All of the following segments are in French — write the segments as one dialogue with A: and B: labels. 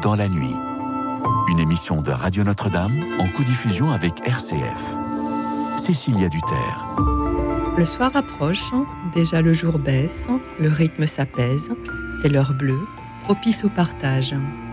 A: dans la nuit. Une émission de Radio Notre-Dame en codiffusion avec RCF. Cécilia Duterre.
B: Le soir approche, déjà le jour baisse, le rythme s'apaise, c'est l'heure bleue, propice au partage.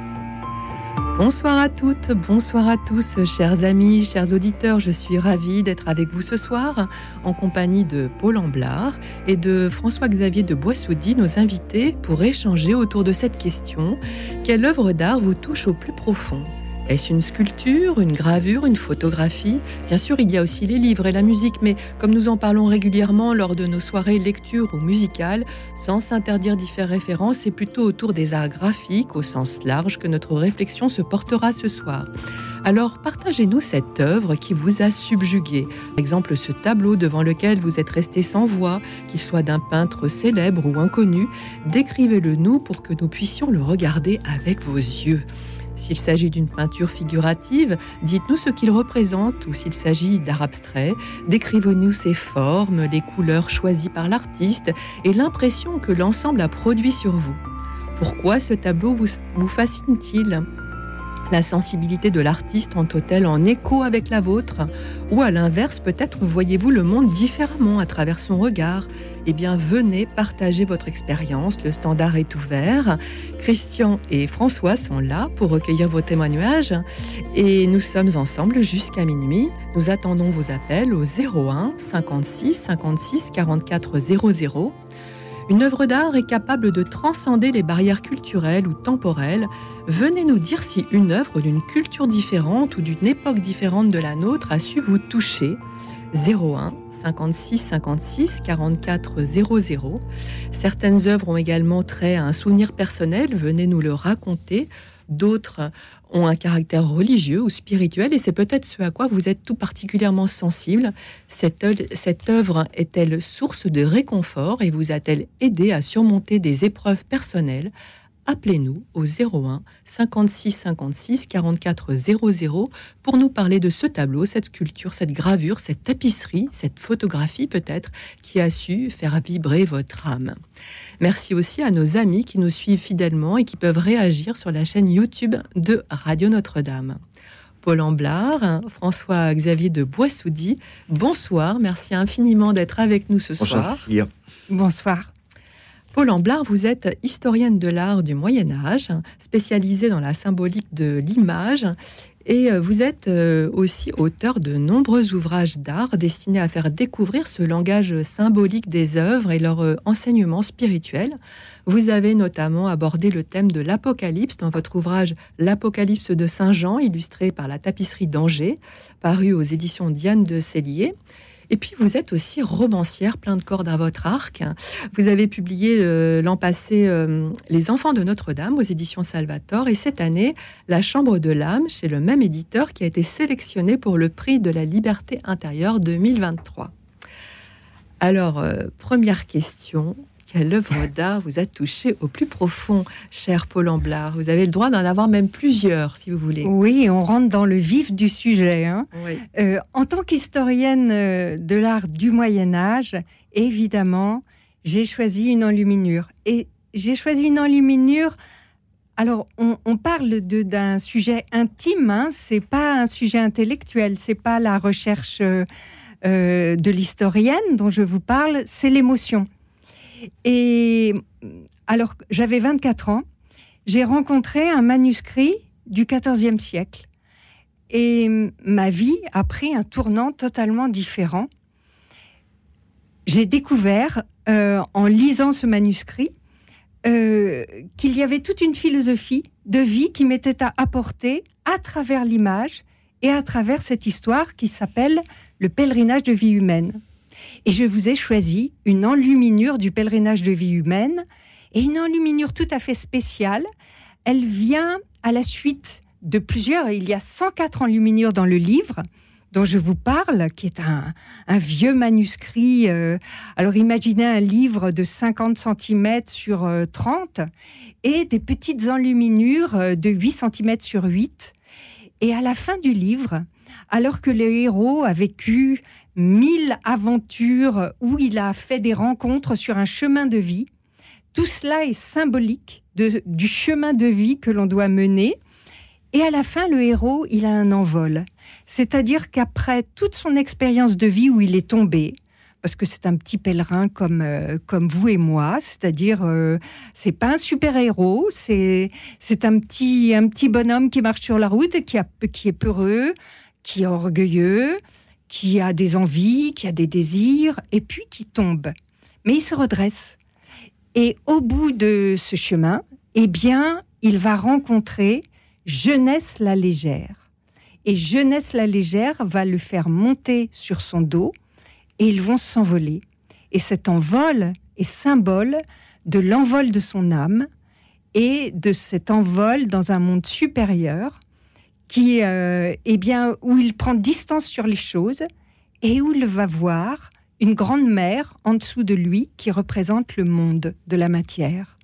B: Bonsoir à toutes, bonsoir à tous, chers amis, chers auditeurs. Je suis ravie d'être avec vous ce soir en compagnie de Paul Amblard et de François-Xavier de Boissoudy, nos invités, pour échanger autour de cette question. Quelle œuvre d'art vous touche au plus profond ? Est-ce une sculpture, une gravure, une photographie ? Bien sûr, il y a aussi les livres et la musique, mais comme nous en parlons régulièrement lors de nos soirées lecture ou musicales, sans s'interdire d'y faire référence, c'est plutôt autour des arts graphiques, au sens large, que notre réflexion se portera ce soir. Alors, partagez-nous cette œuvre qui vous a subjugué. Par exemple, ce tableau devant lequel vous êtes resté sans voix, qu'il soit d'un peintre célèbre ou inconnu, décrivez-le nous pour que nous puissions le regarder avec vos yeux. S'il s'agit d'une peinture figurative, dites-nous ce qu'il représente, ou s'il s'agit d'art abstrait, décrivez-nous ses formes, les couleurs choisies par l'artiste et l'impression que l'ensemble a produit sur vous. Pourquoi ce tableau vous fascine-t-il ? La sensibilité de l'artiste entre-t-elle en écho avec la vôtre ? Ou à l'inverse, peut-être voyez-vous le monde différemment à travers son regard ? Eh bien, venez partager votre expérience. Le standard est ouvert. Christian et François sont là pour recueillir vos témoignages. Et nous sommes ensemble jusqu'à minuit. Nous attendons vos appels au 01 56 56 44 00. Une œuvre d'art est capable de transcender les barrières culturelles ou temporelles. Venez nous dire si une œuvre d'une culture différente ou d'une époque différente de la nôtre a su vous toucher. 01 56 56 44 00. Certaines œuvres ont également trait à un souvenir personnel. Venez nous le raconter. D'autres ont un caractère religieux ou spirituel et c'est peut-être ce à quoi vous êtes tout particulièrement sensible. Cette œuvre est-elle source de réconfort et vous a-t-elle aidé à surmonter des épreuves personnelles ? Appelez-nous au 01 56 56 44 00 pour nous parler de ce tableau, cette sculpture, cette gravure, cette tapisserie, cette photographie peut-être qui a su faire vibrer votre âme. Merci aussi à nos amis qui nous suivent fidèlement et qui peuvent réagir sur la chaîne YouTube de Radio Notre-Dame. Paul Amblard, François-Xavier de Boissoudy, bonsoir, merci infiniment d'être avec nous ce soir.
C: Bonsoir.
B: Paul Amblard, vous êtes historienne de l'art du Moyen-Âge, spécialisée dans la symbolique de l'image, et vous êtes aussi auteur de nombreux ouvrages d'art destinés à faire découvrir ce langage symbolique des œuvres et leur enseignement spirituel. Vous avez notamment abordé le thème de l'Apocalypse dans votre ouvrage « L'Apocalypse de Saint Jean », illustré par la tapisserie d'Angers, paru aux éditions Diane de Sellier. Et puis, vous êtes aussi romancière, plein de cordes à votre arc. Vous avez publié l'an passé Les Enfants de Notre-Dame aux éditions Salvator. Et cette année, La Chambre de l'âme, chez le même éditeur, qui a été sélectionné pour le prix de la liberté intérieure 2023. Alors, première question. Quelle œuvre d'art vous a touché au plus profond, cher Paul Amblard ? Vous avez le droit d'en avoir même plusieurs, si vous voulez.
C: Oui, on rentre dans le vif du sujet. Hein. Oui. En tant qu'historienne de l'art du Moyen-Âge, évidemment, j'ai choisi une enluminure. Et j'ai choisi une enluminure... Alors, on parle d'un sujet intime, hein, c'est pas un sujet intellectuel, c'est pas la recherche de l'historienne dont je vous parle, c'est l'émotion. Et alors, j'avais 24 ans, j'ai rencontré un manuscrit du XIVe siècle. Et ma vie a pris un tournant totalement différent. J'ai découvert, en lisant ce manuscrit, qu'il y avait toute une philosophie de vie qui m'était apportée à travers l'image et à travers cette histoire qui s'appelle « Le pèlerinage de vie humaine ». Et je vous ai choisi une enluminure du pèlerinage de vie humaine, et une enluminure tout à fait spéciale. Elle vient à la suite de plusieurs, il y a 104 enluminures dans le livre, dont je vous parle, qui est un vieux manuscrit. Alors imaginez un livre de 50 cm sur 30, et des petites enluminures de 8 cm sur 8. Et à la fin du livre, alors que le héros a vécu 1000 aventures où il a fait des rencontres sur un chemin de vie, tout cela est symbolique du chemin de vie que l'on doit mener Et à la fin, le héros, il a un envol. C'est-à-dire qu'après toute son expérience de vie où il est tombé, parce que c'est un petit pèlerin comme vous et moi, c'est-à-dire c'est pas un super-héros, c'est un petit bonhomme qui marche sur la route, qui est peureux, qui est orgueilleux, qui a des envies, qui a des désirs, et puis qui tombe. Mais il se redresse. Et au bout de ce chemin, eh bien, il va rencontrer Jeunesse la légère. Et Jeunesse la légère va le faire monter sur son dos, et ils vont s'envoler. Et cet envol est symbole de l'envol de son âme et de cet envol dans un monde supérieur qui, eh bien, où il prend distance sur les choses et où il va voir une grande mer en dessous de lui qui représente le monde de la matière.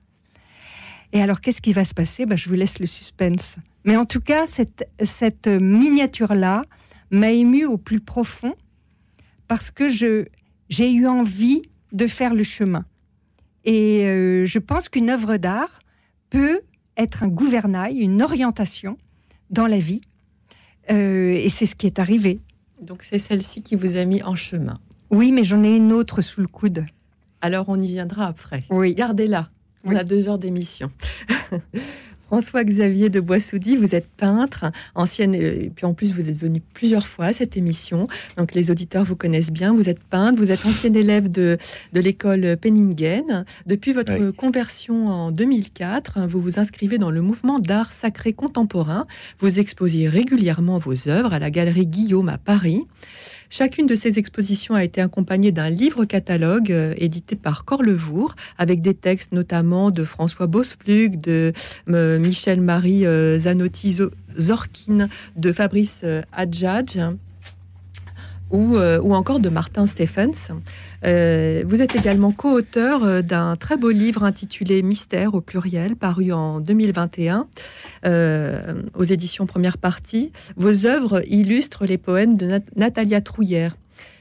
C: Et alors, qu'est-ce qui va se passer ? Je vous laisse le suspense. Mais en tout cas, cette miniature-là m'a émue au plus profond parce que j'ai eu envie de faire le chemin. Et je pense qu'une œuvre d'art peut être un gouvernail, une orientation dans la vie. Et c'est ce qui est arrivé.
B: Donc c'est celle-ci qui vous a mis en chemin.
C: Oui, mais j'en ai une autre sous le coude.
B: Alors on y viendra après.
C: Oui.
B: Gardez-la. On a 2 heures d'émission. François-Xavier de Boissoudy, vous êtes peintre, ancienne, et puis en plus vous êtes venu plusieurs fois à cette émission, donc les auditeurs vous connaissent bien, vous êtes peintre, vous êtes ancien élève de l'école Penningen. Depuis votre conversion en 2004, vous vous inscrivez dans le mouvement d'art sacré contemporain, vous exposez régulièrement vos œuvres à la galerie Guillaume à Paris. Chacune de ces expositions a été accompagnée d'un livre-catalogue édité par Corlevour, avec des textes notamment de François Bospluc, de Michel-Marie Zanotti-Zorkin, de Fabrice Adjadj, ou encore de Martin Stephens. Vous êtes également co-auteur d'un très beau livre intitulé Mystère au pluriel, paru en 2021 aux éditions Première Partie. Vos œuvres illustrent les poèmes de Natalia Trouillère.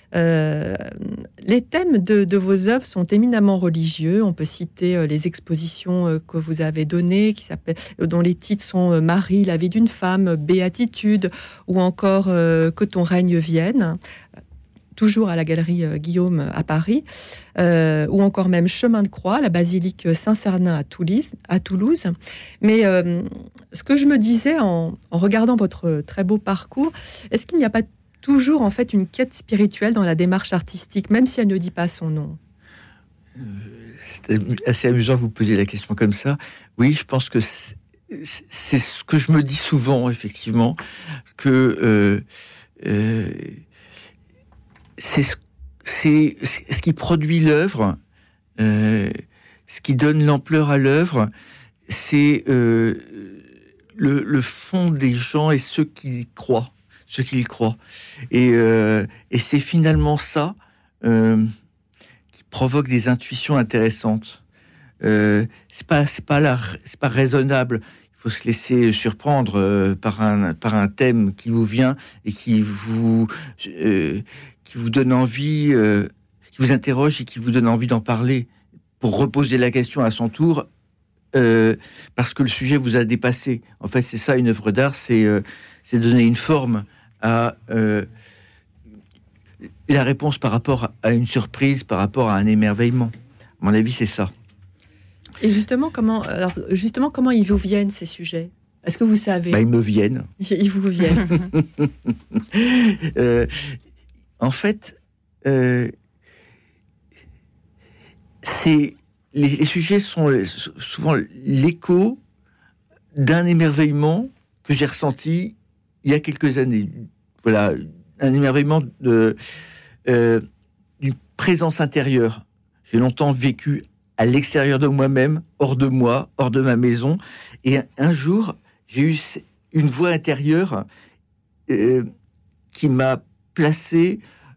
B: Les thèmes de vos œuvres sont éminemment religieux. On peut citer les expositions que vous avez données, dont les titres sont Marie, la vie d'une femme, Béatitude, ou encore Que ton règne vienne, toujours à la galerie Guillaume à Paris, ou encore même Chemin de Croix, la basilique Saint-Cernin à Toulouse. Mais ce que je me disais en regardant votre très beau parcours, est-ce qu'il n'y a pas toujours en fait une quête spirituelle dans la démarche artistique, même si elle ne dit pas son nom?
D: C'est assez amusant que vous posiez la question comme ça. Oui, je pense que c'est ce que je me dis souvent, effectivement, que c'est ce qui produit l'œuvre, ce qui donne l'ampleur à l'œuvre, c'est le fond des gens et ceux qui y croient. Et c'est finalement ça qui provoque des intuitions intéressantes. C'est pas raisonnable. Il faut se laisser surprendre par un thème qui vous vient et qui vous donne envie, qui vous interroge et qui vous donne envie d'en parler, pour reposer la question à son tour, parce que le sujet vous a dépassé. En fait, c'est ça une œuvre d'art, c'est donner une forme à la réponse par rapport à une surprise, par rapport à un émerveillement. À mon avis, c'est ça.
B: Et justement, comment ils vous viennent, ces sujets ? Est-ce que vous savez ?
D: Ils me viennent.
B: Ils vous viennent.
D: En fait, les sujets sont souvent l'écho d'un émerveillement que j'ai ressenti il y a quelques années. Voilà, un émerveillement d'une présence intérieure. J'ai longtemps vécu à l'extérieur de moi-même, hors de moi, hors de ma maison. Et un jour, j'ai eu une voix intérieure qui m'a placé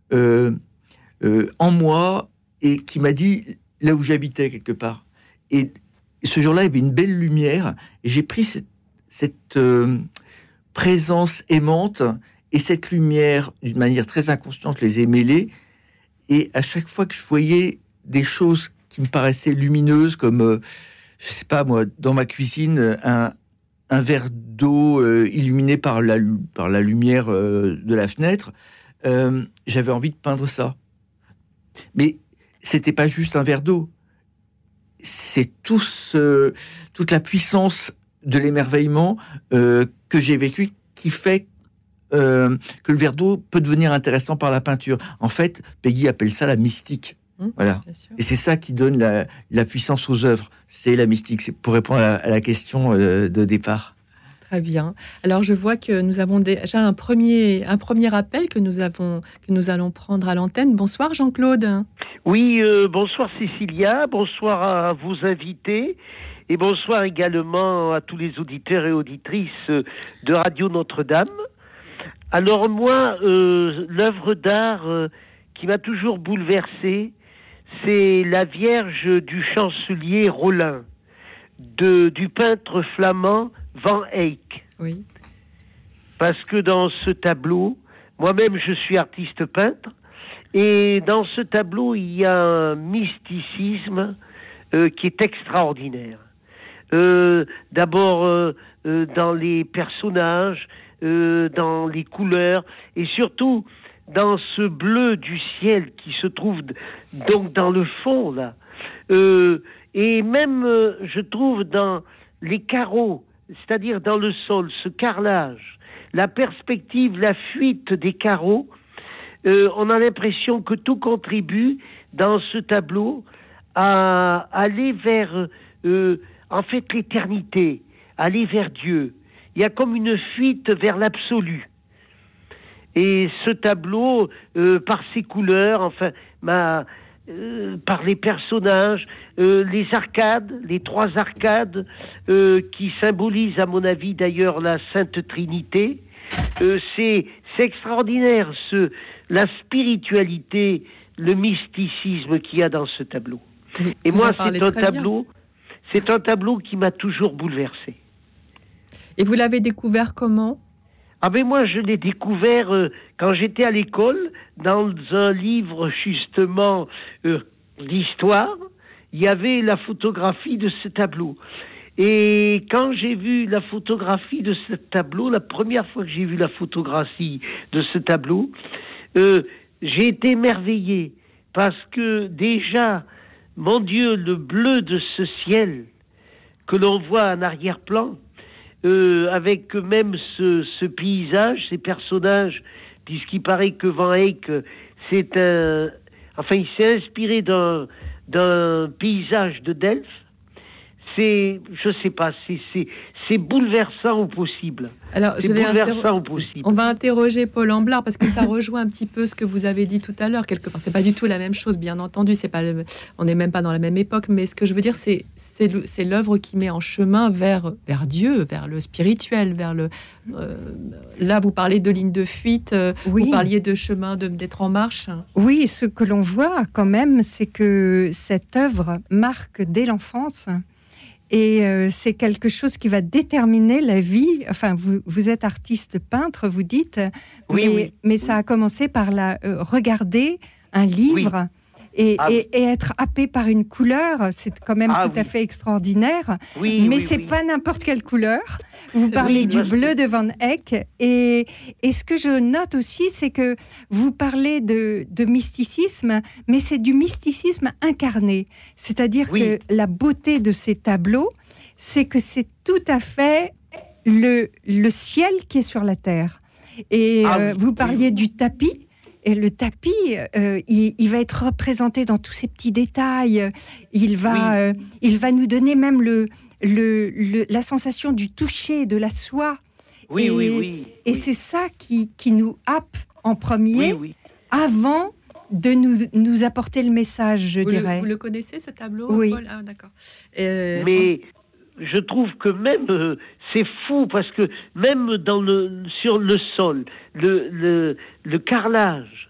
D: en moi et qui m'a dit là où j'habitais quelque part. Et ce jour-là, il y avait une belle lumière et j'ai pris cette présence aimante et cette lumière, d'une manière très inconsciente, je les ai mêlées. Et à chaque fois que je voyais des choses qui me paraissaient lumineuses, comme, je sais pas moi, dans ma cuisine, un un verre d'eau illuminé par la lumière de la fenêtre, j'avais envie de peindre ça. Mais c'était pas juste un verre d'eau. C'est toute la puissance de l'émerveillement que j'ai vécu qui fait que le verre d'eau peut devenir intéressant par la peinture. En fait, Peggy appelle ça la mystique. Voilà. Et c'est ça qui donne la puissance aux œuvres. C'est la mystique. C'est pour répondre à la question de départ.
B: Très bien. Alors, je vois que nous avons déjà un premier appel que nous allons prendre à l'antenne. Bonsoir, Jean-Claude.
E: Oui, bonsoir, Cécilia. Bonsoir à vos invités. Et bonsoir également à tous les auditeurs et auditrices de Radio Notre-Dame. Alors, moi, l'œuvre d'art qui m'a toujours bouleversé, c'est la Vierge du chancelier Rollin, du peintre flamand Van Eyck.
B: Oui.
E: Parce que dans ce tableau, moi-même je suis artiste peintre, et dans ce tableau il y a un mysticisme qui est extraordinaire. D'abord dans les personnages, dans les couleurs, et surtout dans ce bleu du ciel qui se trouve donc dans le fond là, et même je trouve dans les carreaux, c'est-à-dire dans le sol, ce carrelage, la perspective, la fuite des carreaux, on a l'impression que tout contribue dans ce tableau à aller vers en fait l'éternité, aller vers Dieu. Il y a comme une fuite vers l'absolu. Et ce tableau, par ses couleurs, enfin, par les personnages, les arcades, les 3 arcades, qui symbolisent, à mon avis, d'ailleurs, la Sainte Trinité, c'est extraordinaire, la spiritualité, le mysticisme qu'il y a dans ce tableau. Et moi, c'est un tableau qui m'a toujours bouleversé.
B: Et vous l'avez découvert comment ?
E: Ah ben moi je l'ai découvert quand j'étais à l'école, dans un livre justement d'histoire, il y avait la photographie de ce tableau. Et quand j'ai vu la photographie de ce tableau, la première fois que j'ai vu la photographie de ce tableau, j'ai été émerveillé parce que déjà, mon Dieu, le bleu de ce ciel que l'on voit en arrière-plan, avec même ce paysage, ces personnages, puisqu'il paraît que Van Eyck, il s'est inspiré d'un paysage de Delphes. C'est bouleversant au possible.
B: Alors, on va interroger Paul Amblard parce que ça rejoint un petit peu ce que vous avez dit tout à l'heure quelque part. C'est pas du tout la même chose, bien entendu. On n'est même pas dans la même époque, mais ce que je veux dire, c'est l'œuvre qui met en chemin vers Dieu, vers le spirituel, vers le. Là, vous parlez de ligne de fuite.
C: Oui.
B: Vous parliez de chemin d'être en marche.
C: Oui, ce que l'on voit quand même, c'est que cette œuvre marque dès l'enfance. Et c'est quelque chose qui va déterminer la vie. Enfin, vous êtes artiste peintre, vous dites, mais ça a commencé par regarder un livre et être happé par une couleur. C'est quand même tout à fait extraordinaire. Mais c'est pas n'importe quelle couleur. Vous parlez du bleu de Van Eyck. Et ce que je note aussi, c'est que vous parlez de mysticisme, mais c'est du mysticisme incarné. C'est-à-dire que la beauté de ces tableaux, c'est que c'est tout à fait le ciel qui est sur la terre. Et vous parliez du tapis. Et le tapis, il va être représenté dans tous ces petits détails. Il va nous donner même la sensation du toucher, de la soie. Et c'est ça qui nous happe en premier, avant de nous apporter le message, je dirais.
B: Vous le connaissez, ce tableau,
C: Oui.
B: Paul ? Ah, d'accord.
E: Mais je trouve que même, c'est fou, parce que même sur le sol, le carrelage,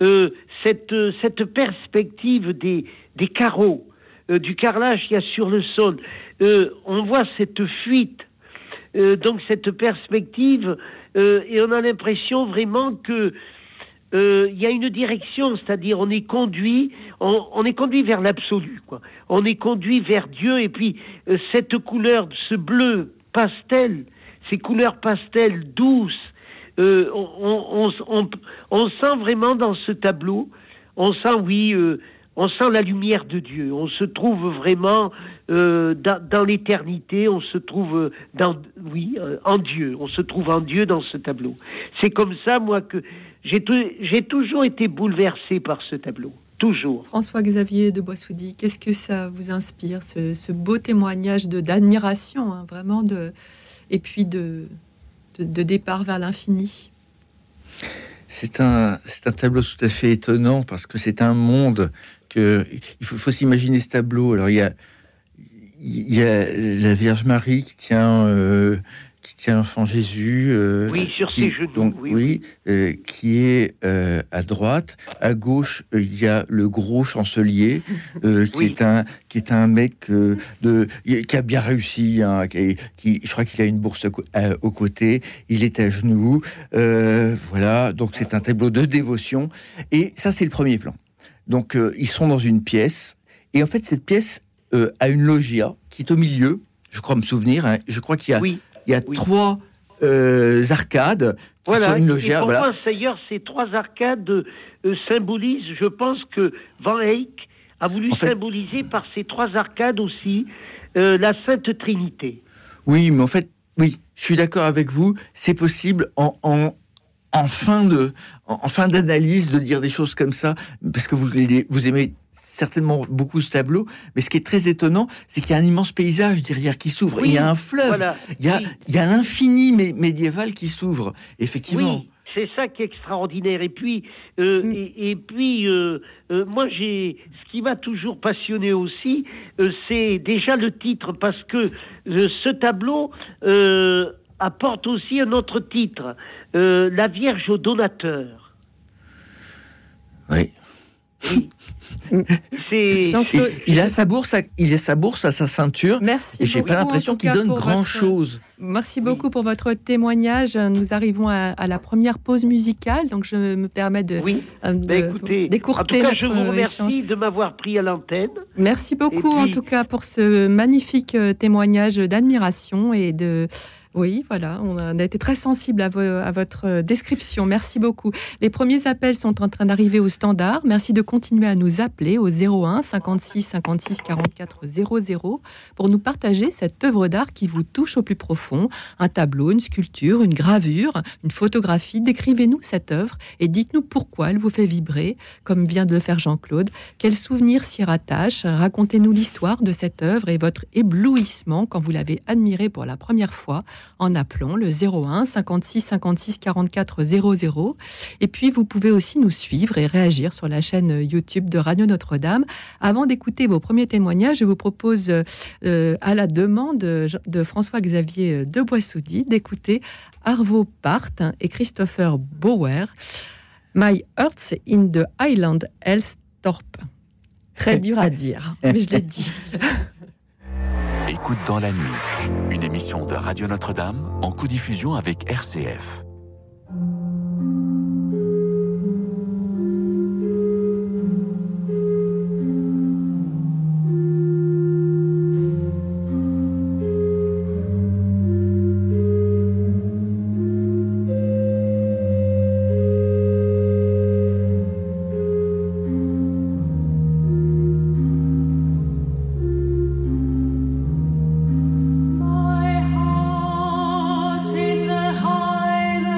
E: cette perspective des carreaux, du carrelage qu'il y a sur le sol, on voit cette fuite, donc cette perspective, et on a l'impression vraiment que il y a une direction, c'est-à-dire on est conduit vers l'absolu, quoi. On est conduit vers Dieu, et puis cette couleur, ce bleu pastel, ces couleurs pastel douces. On sent vraiment dans ce tableau, on sent la lumière de Dieu. On se trouve vraiment dans l'éternité, on se trouve en Dieu. On se trouve en Dieu dans ce tableau. C'est comme ça, moi, que j'ai toujours été bouleversé par ce tableau. Toujours.
B: François-Xavier de Boissoudy, qu'est-ce que ça vous inspire, ce beau témoignage d'admiration, hein, vraiment, et puis de départ vers l'infini?
D: C'est un tableau tout à fait étonnant parce que c'est un monde il faut s'imaginer ce tableau. Alors il y a la Vierge Marie qui tient l'enfant Jésus.
E: Sur ses genoux.
D: Donc, qui est à droite. À gauche, il y a le gros chancelier qui est un mec qui a bien réussi. Hein, je crois qu'il a une bourse au côté. Il est à genoux. Voilà. Donc c'est un tableau de dévotion. Et ça, c'est le premier plan. Donc ils sont dans une pièce. Et en fait, cette pièce a une loggia qui est au milieu. Je crois me souvenir. Hein, je crois qu'il y a... Il y a trois arcades qui sont une loggia.
E: Et pour moi, d'ailleurs, ces trois arcades symbolisent, je pense que Van Eyck a voulu symboliser par ces trois arcades aussi la Sainte Trinité.
D: Oui, mais en fait, je suis d'accord avec vous, c'est possible en fin d'analyse de dire des choses comme ça, parce que vous aimez certainement beaucoup ce tableau, mais ce qui est très étonnant, c'est qu'il y a un immense paysage derrière qui s'ouvre. Il y a un fleuve, il y a l'infini médiéval qui s'ouvre, effectivement.
E: Oui, c'est ça qui est extraordinaire. Et puis, moi, ce qui m'a toujours passionné aussi, c'est déjà le titre, parce que ce tableau apporte aussi un autre titre, La Vierge au donateur.
D: Oui. Il a sa bourse à sa ceinture.
B: Merci.
D: Et j'ai pas l'impression qu'il donne grand-chose.
B: Merci beaucoup pour votre témoignage. Nous arrivons à la première pause musicale, donc je me permets d'écourter
E: en tout cas,
B: notre
E: je vous remercie
B: échange.
E: de m'avoir pris à l'antenne.
B: Merci beaucoup en tout cas pour ce magnifique témoignage d'admiration et de... Oui, voilà, on a été très sensible à votre description. Merci beaucoup. Les premiers appels sont en train d'arriver au standard. Merci de continuer à nous appeler au 01 56 56 44 00 pour nous partager cette œuvre d'art qui vous touche au plus profond. Un tableau, une sculpture, une gravure, une photographie. Décrivez-nous cette œuvre et dites-nous pourquoi elle vous fait vibrer, comme vient de le faire Jean-Claude. Quels souvenirs s'y rattachent? Racontez-nous l'histoire de cette œuvre et votre éblouissement quand vous l'avez admirée pour la première fois, en appelant le 01 56 56 44 00. Et puis, vous pouvez aussi nous suivre et réagir sur la chaîne YouTube de Radio Notre-Dame. Avant d'écouter vos premiers témoignages, je vous propose, à la demande de François-Xavier de Boissoudy, d'écouter Arvo Pärt et Christopher Bauer, My Heart's in the Highland Hellstorp. Très dur à dire, mais je l'ai dit.
A: Écoute dans la nuit, une émission de Radio Notre-Dame en codiffusion avec RCF.
F: My heart's in the Highlands.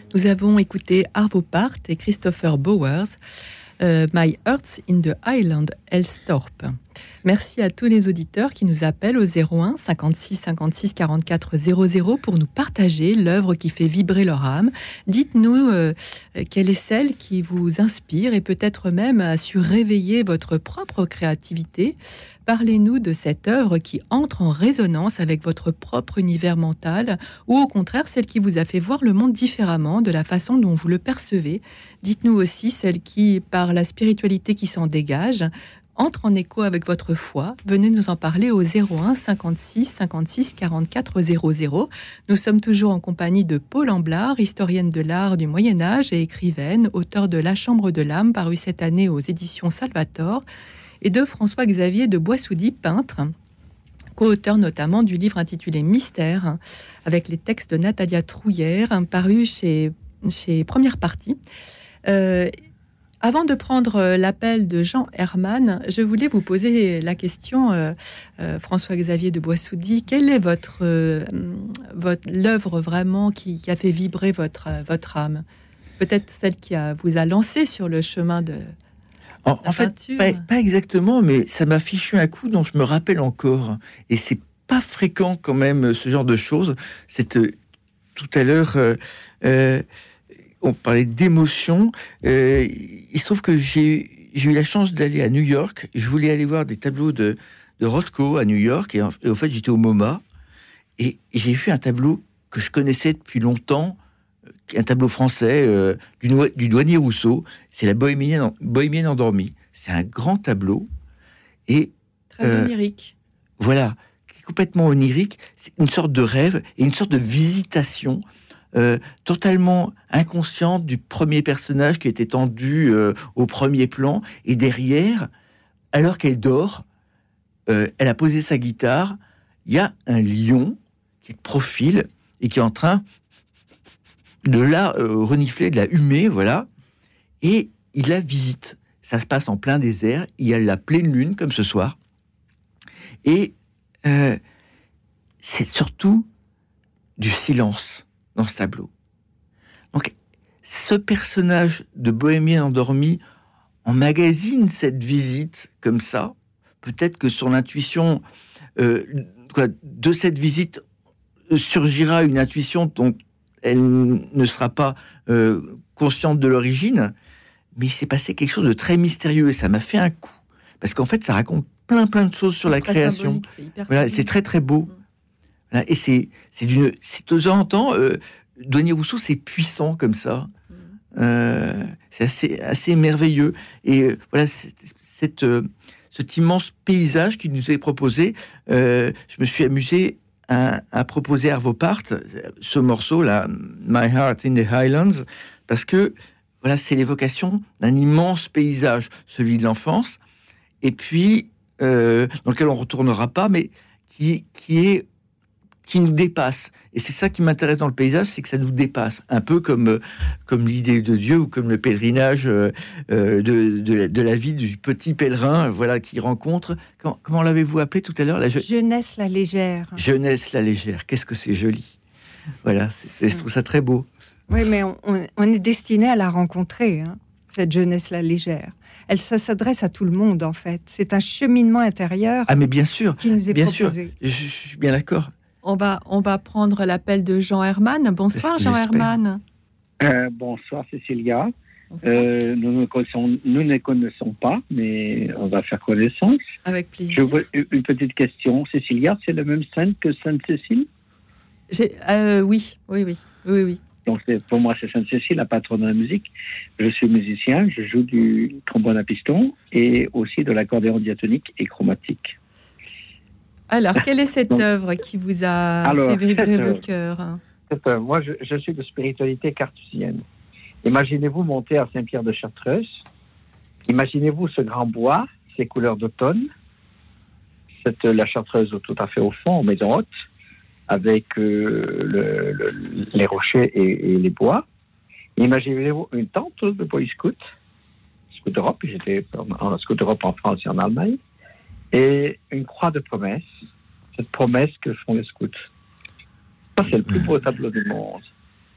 B: Nous avons écouté Arvo Pärt et Christopher Bowers, My Heart's in the Highland Elstorp. Merci à tous les auditeurs qui nous appellent au 01 56 56 44 00 pour nous partager l'œuvre qui fait vibrer leur âme. Dites-nous quelle est celle qui vous inspire et peut-être même a su réveiller votre propre créativité. Parlez-nous de cette œuvre qui entre en résonance avec votre propre univers mental ou au contraire celle qui vous a fait voir le monde différemment de la façon dont vous le percevez. Dites-nous aussi celle qui, par la spiritualité qui s'en dégage, entre en écho avec votre foi. Venez nous en parler au 01 56 56 44 00. Nous sommes toujours en compagnie de Paul Amblard, historienne de l'art du Moyen-Âge et écrivaine, auteur de La Chambre de l'âme, paru cette année aux éditions Salvator, et de François-Xavier de Boissoudy, peintre, co-auteur notamment du livre intitulé Mystère, avec les textes de Natalia Trouillère, paru chez Première Partie. Avant de prendre l'appel de Jean Herman, je voulais vous poser la question, François-Xavier de Boissoudy, quelle est l'œuvre vraiment qui a fait vibrer votre âme? Peut-être celle qui vous a lancé sur le chemin de
D: en fait, pas exactement, mais ça m'a fichu un coup dont je me rappelle encore. Et c'est pas fréquent quand même, ce genre de choses. Tout à l'heure... on parlait d'émotion. Il se trouve que j'ai eu la chance d'aller à New York. Je voulais aller voir des tableaux de Rothko à New York. Et en fait, j'étais au MoMA. Et j'ai vu un tableau que je connaissais depuis longtemps, un tableau français du douanier Rousseau. C'est la Bohémienne endormie. C'est un grand tableau. Et,
B: très onirique.
D: Voilà, complètement onirique. C'est une sorte de rêve et une sorte de visitation totalement inconsciente du premier personnage qui était tendu au premier plan, et derrière, alors qu'elle dort, elle a posé sa guitare, il y a un lion qui est de profil et qui est en train de la renifler, de la humer, voilà, et il la visite. Ça se passe en plein désert, il y a la pleine lune comme ce soir, et c'est surtout du silence dans ce tableau. Donc, ce personnage de Bohémienne endormie emmagasine cette visite comme ça. Peut-être que sur l'intuition de cette visite surgira une intuition dont elle ne sera pas consciente de l'origine, mais il s'est passé quelque chose de très mystérieux et ça m'a fait un coup. Parce qu'en fait, ça raconte plein de choses sur la création. C'est très très beau. Voilà, et c'est de temps en temps, Douanier Rousseau, c'est puissant comme ça. C'est assez merveilleux. Et voilà, cet immense paysage qui nous est proposé, je me suis amusé à proposer à Arvo Pärt ce morceau-là, My Heart in the Highlands, parce que voilà, c'est l'évocation d'un immense paysage, celui de l'enfance, et puis dans lequel on ne retournera pas, mais qui nous dépasse. Et c'est ça qui m'intéresse dans le paysage, c'est que ça nous dépasse. Un peu comme l'idée de Dieu ou comme le pèlerinage de la vie du petit pèlerin, voilà, qui rencontre... Comment l'avez-vous appelé tout à l'heure?
C: Jeunesse la légère.
D: Jeunesse la légère. Qu'est-ce que c'est joli. Voilà, je trouve ça très beau.
C: Oui, mais on est destiné à la rencontrer, hein, cette jeunesse la légère. Ça s'adresse à tout le monde, en fait. C'est un cheminement intérieur.
D: Ah, mais bien sûr,
C: qui nous est
D: bien
C: proposé.
D: Sûr. Je suis bien d'accord.
B: On va prendre l'appel de Jean Herman. Bonsoir Jean Herman.
F: Bonsoir Cécilia.
B: Bonsoir.
F: Nous ne connaissons pas, mais on va faire connaissance.
B: Avec plaisir.
F: Une petite question. Cécilia, c'est la même sainte que Sainte-Cécile?
B: Oui.
F: Donc pour moi, c'est Sainte-Cécile, la patronne de la musique. Je suis musicien, je joue du trombone à piston et aussi de l'accordéon diatonique et chromatique.
B: Alors, quelle est cette œuvre qui vous a fait vibrer le cœur?
F: Moi, je suis de spiritualité cartésienne. Imaginez-vous monter à Saint-Pierre de Chartreuse. Imaginez-vous ce grand bois, ces couleurs d'automne. La Chartreuse tout à fait au fond, en maison haute, avec les rochers et les bois. Imaginez-vous une tente de Boy Scout Europe. J'étais en Scout Europe en France et en Allemagne. Et une croix de promesse, cette promesse que font les scouts. Ça, c'est le plus beau tableau du monde.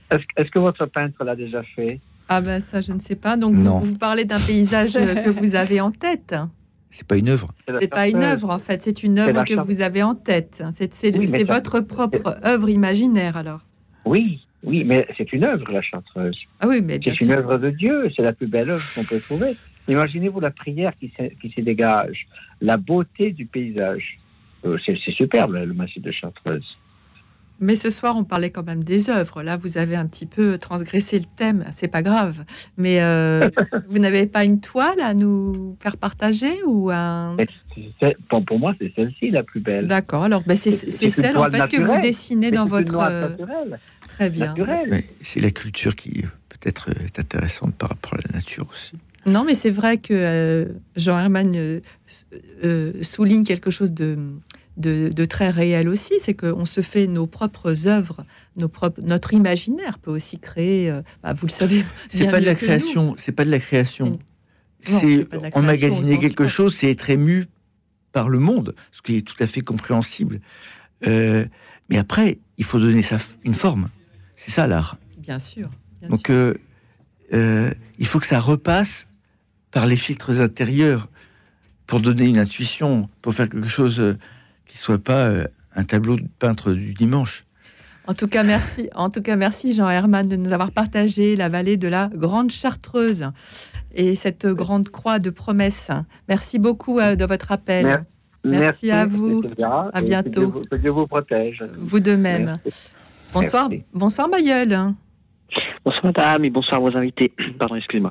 F: Est-ce que votre peintre l'a déjà fait?
B: Ah ben ça, je ne sais pas. Donc vous parlez d'un paysage que vous avez en tête.
D: C'est pas une œuvre.
B: C'est pas une œuvre, en fait. C'est une œuvre que vous avez en tête. C'est votre propre œuvre imaginaire, alors.
F: Oui, mais c'est une œuvre, la Chartreuse.
B: Ah oui, mais bien sûr.
F: C'est une œuvre de Dieu. C'est la plus belle œuvre qu'on peut trouver. Imaginez-vous la prière qui s'y dégage, la beauté du paysage. C'est superbe, le massif de Chartreuse.
B: Mais ce soir, on parlait quand même des œuvres. Là, vous avez un petit peu transgressé le thème. C'est pas grave. Mais vous n'avez pas une toile à nous faire partager ou un...
F: Pour moi, c'est celle-ci la plus belle.
B: D'accord. Alors, c'est celle en fait que vous dessinez dans votre... Très bien.
D: Mais c'est la culture qui peut-être est intéressante par rapport à la nature aussi.
B: Non, mais c'est vrai que Jean Herman souligne quelque chose de très réel aussi, c'est qu'on se fait nos propres œuvres, notre imaginaire peut aussi créer. Vous le savez.
D: C'est pas de la création. C'est pas de la création. C'est emmagasiner quelque chose, c'est être ému par le monde, ce qui est tout à fait compréhensible. Mais après, il faut donner ça une forme. C'est ça l'art.
B: Bien sûr.
D: Donc, il faut que ça repasse par les filtres intérieurs pour donner une intuition, pour faire quelque chose qui ne soit pas un tableau de peintre du dimanche.
B: En tout cas, merci Jean Herman de nous avoir partagé la vallée de la Grande Chartreuse et cette grande croix de promesses. Merci beaucoup de votre appel. Merci à vous. À bientôt.
F: Que Dieu vous protège.
B: Vous de même. Bonsoir Bayeul.
G: Bonsoir madame et bonsoir vos invités. Pardon, excusez-moi.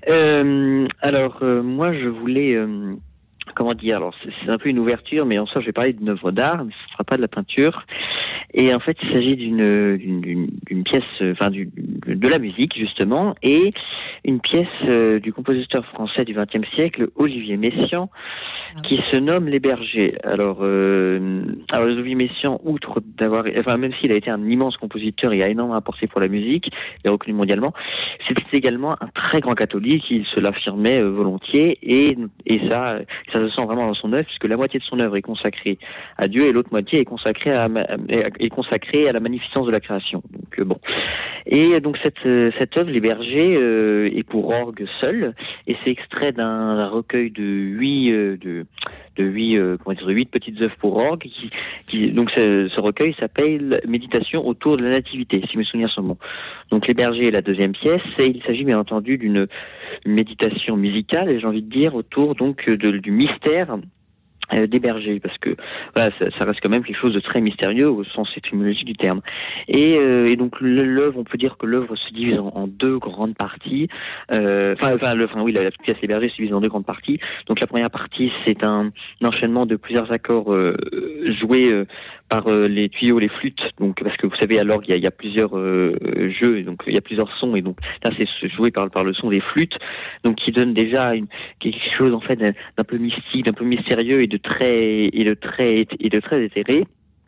G: Moi je voulais... comment dire, alors c'est un peu une ouverture, mais en soi je vais parler d'une œuvre d'art, mais ce ne sera pas de la peinture. Et en fait il s'agit d'une pièce, de la musique justement, et une pièce du compositeur français du XXe siècle, Olivier Messiaen, qui se nomme Les Bergers. Alors Olivier Messiaen, outre d'avoir, même s'il a été un immense compositeur et a énormément apporté pour la musique, il est reconnu mondialement, c'était également un très grand catholique, il se l'affirmait volontiers, et ça se sent vraiment dans son œuvre, puisque la moitié de son œuvre est consacrée à Dieu et l'autre moitié est consacrée à la magnificence de la création. Donc Et donc cette œuvre, Les Bergers, est pour orgue seul, et c'est extrait d'un recueil de 8 petites œuvres pour orgue. Donc ce recueil s'appelle Méditation autour de la Nativité, si mes souvenirs sont bons. Donc Les Bergers est la deuxième pièce, et il s'agit bien entendu d'une méditation musicale, et j'ai envie de dire autour donc du mystère des bergers, parce que ça reste quand même quelque chose de très mystérieux au sens étymologique du terme. Et donc l'œuvre, on peut dire que l'œuvre se divise en deux grandes parties. La pièce Les Bergers se divise en deux grandes parties. Donc la première partie, c'est un enchaînement de plusieurs accords joués par les tuyaux, les flûtes. Donc parce que vous savez, à l'orgue il y a plusieurs jeux, et donc il y a plusieurs sons, et donc là c'est joué par le son des flûtes, donc qui donne déjà quelque chose en fait d'un peu mystique, d'un peu mystérieux et de très éthéré.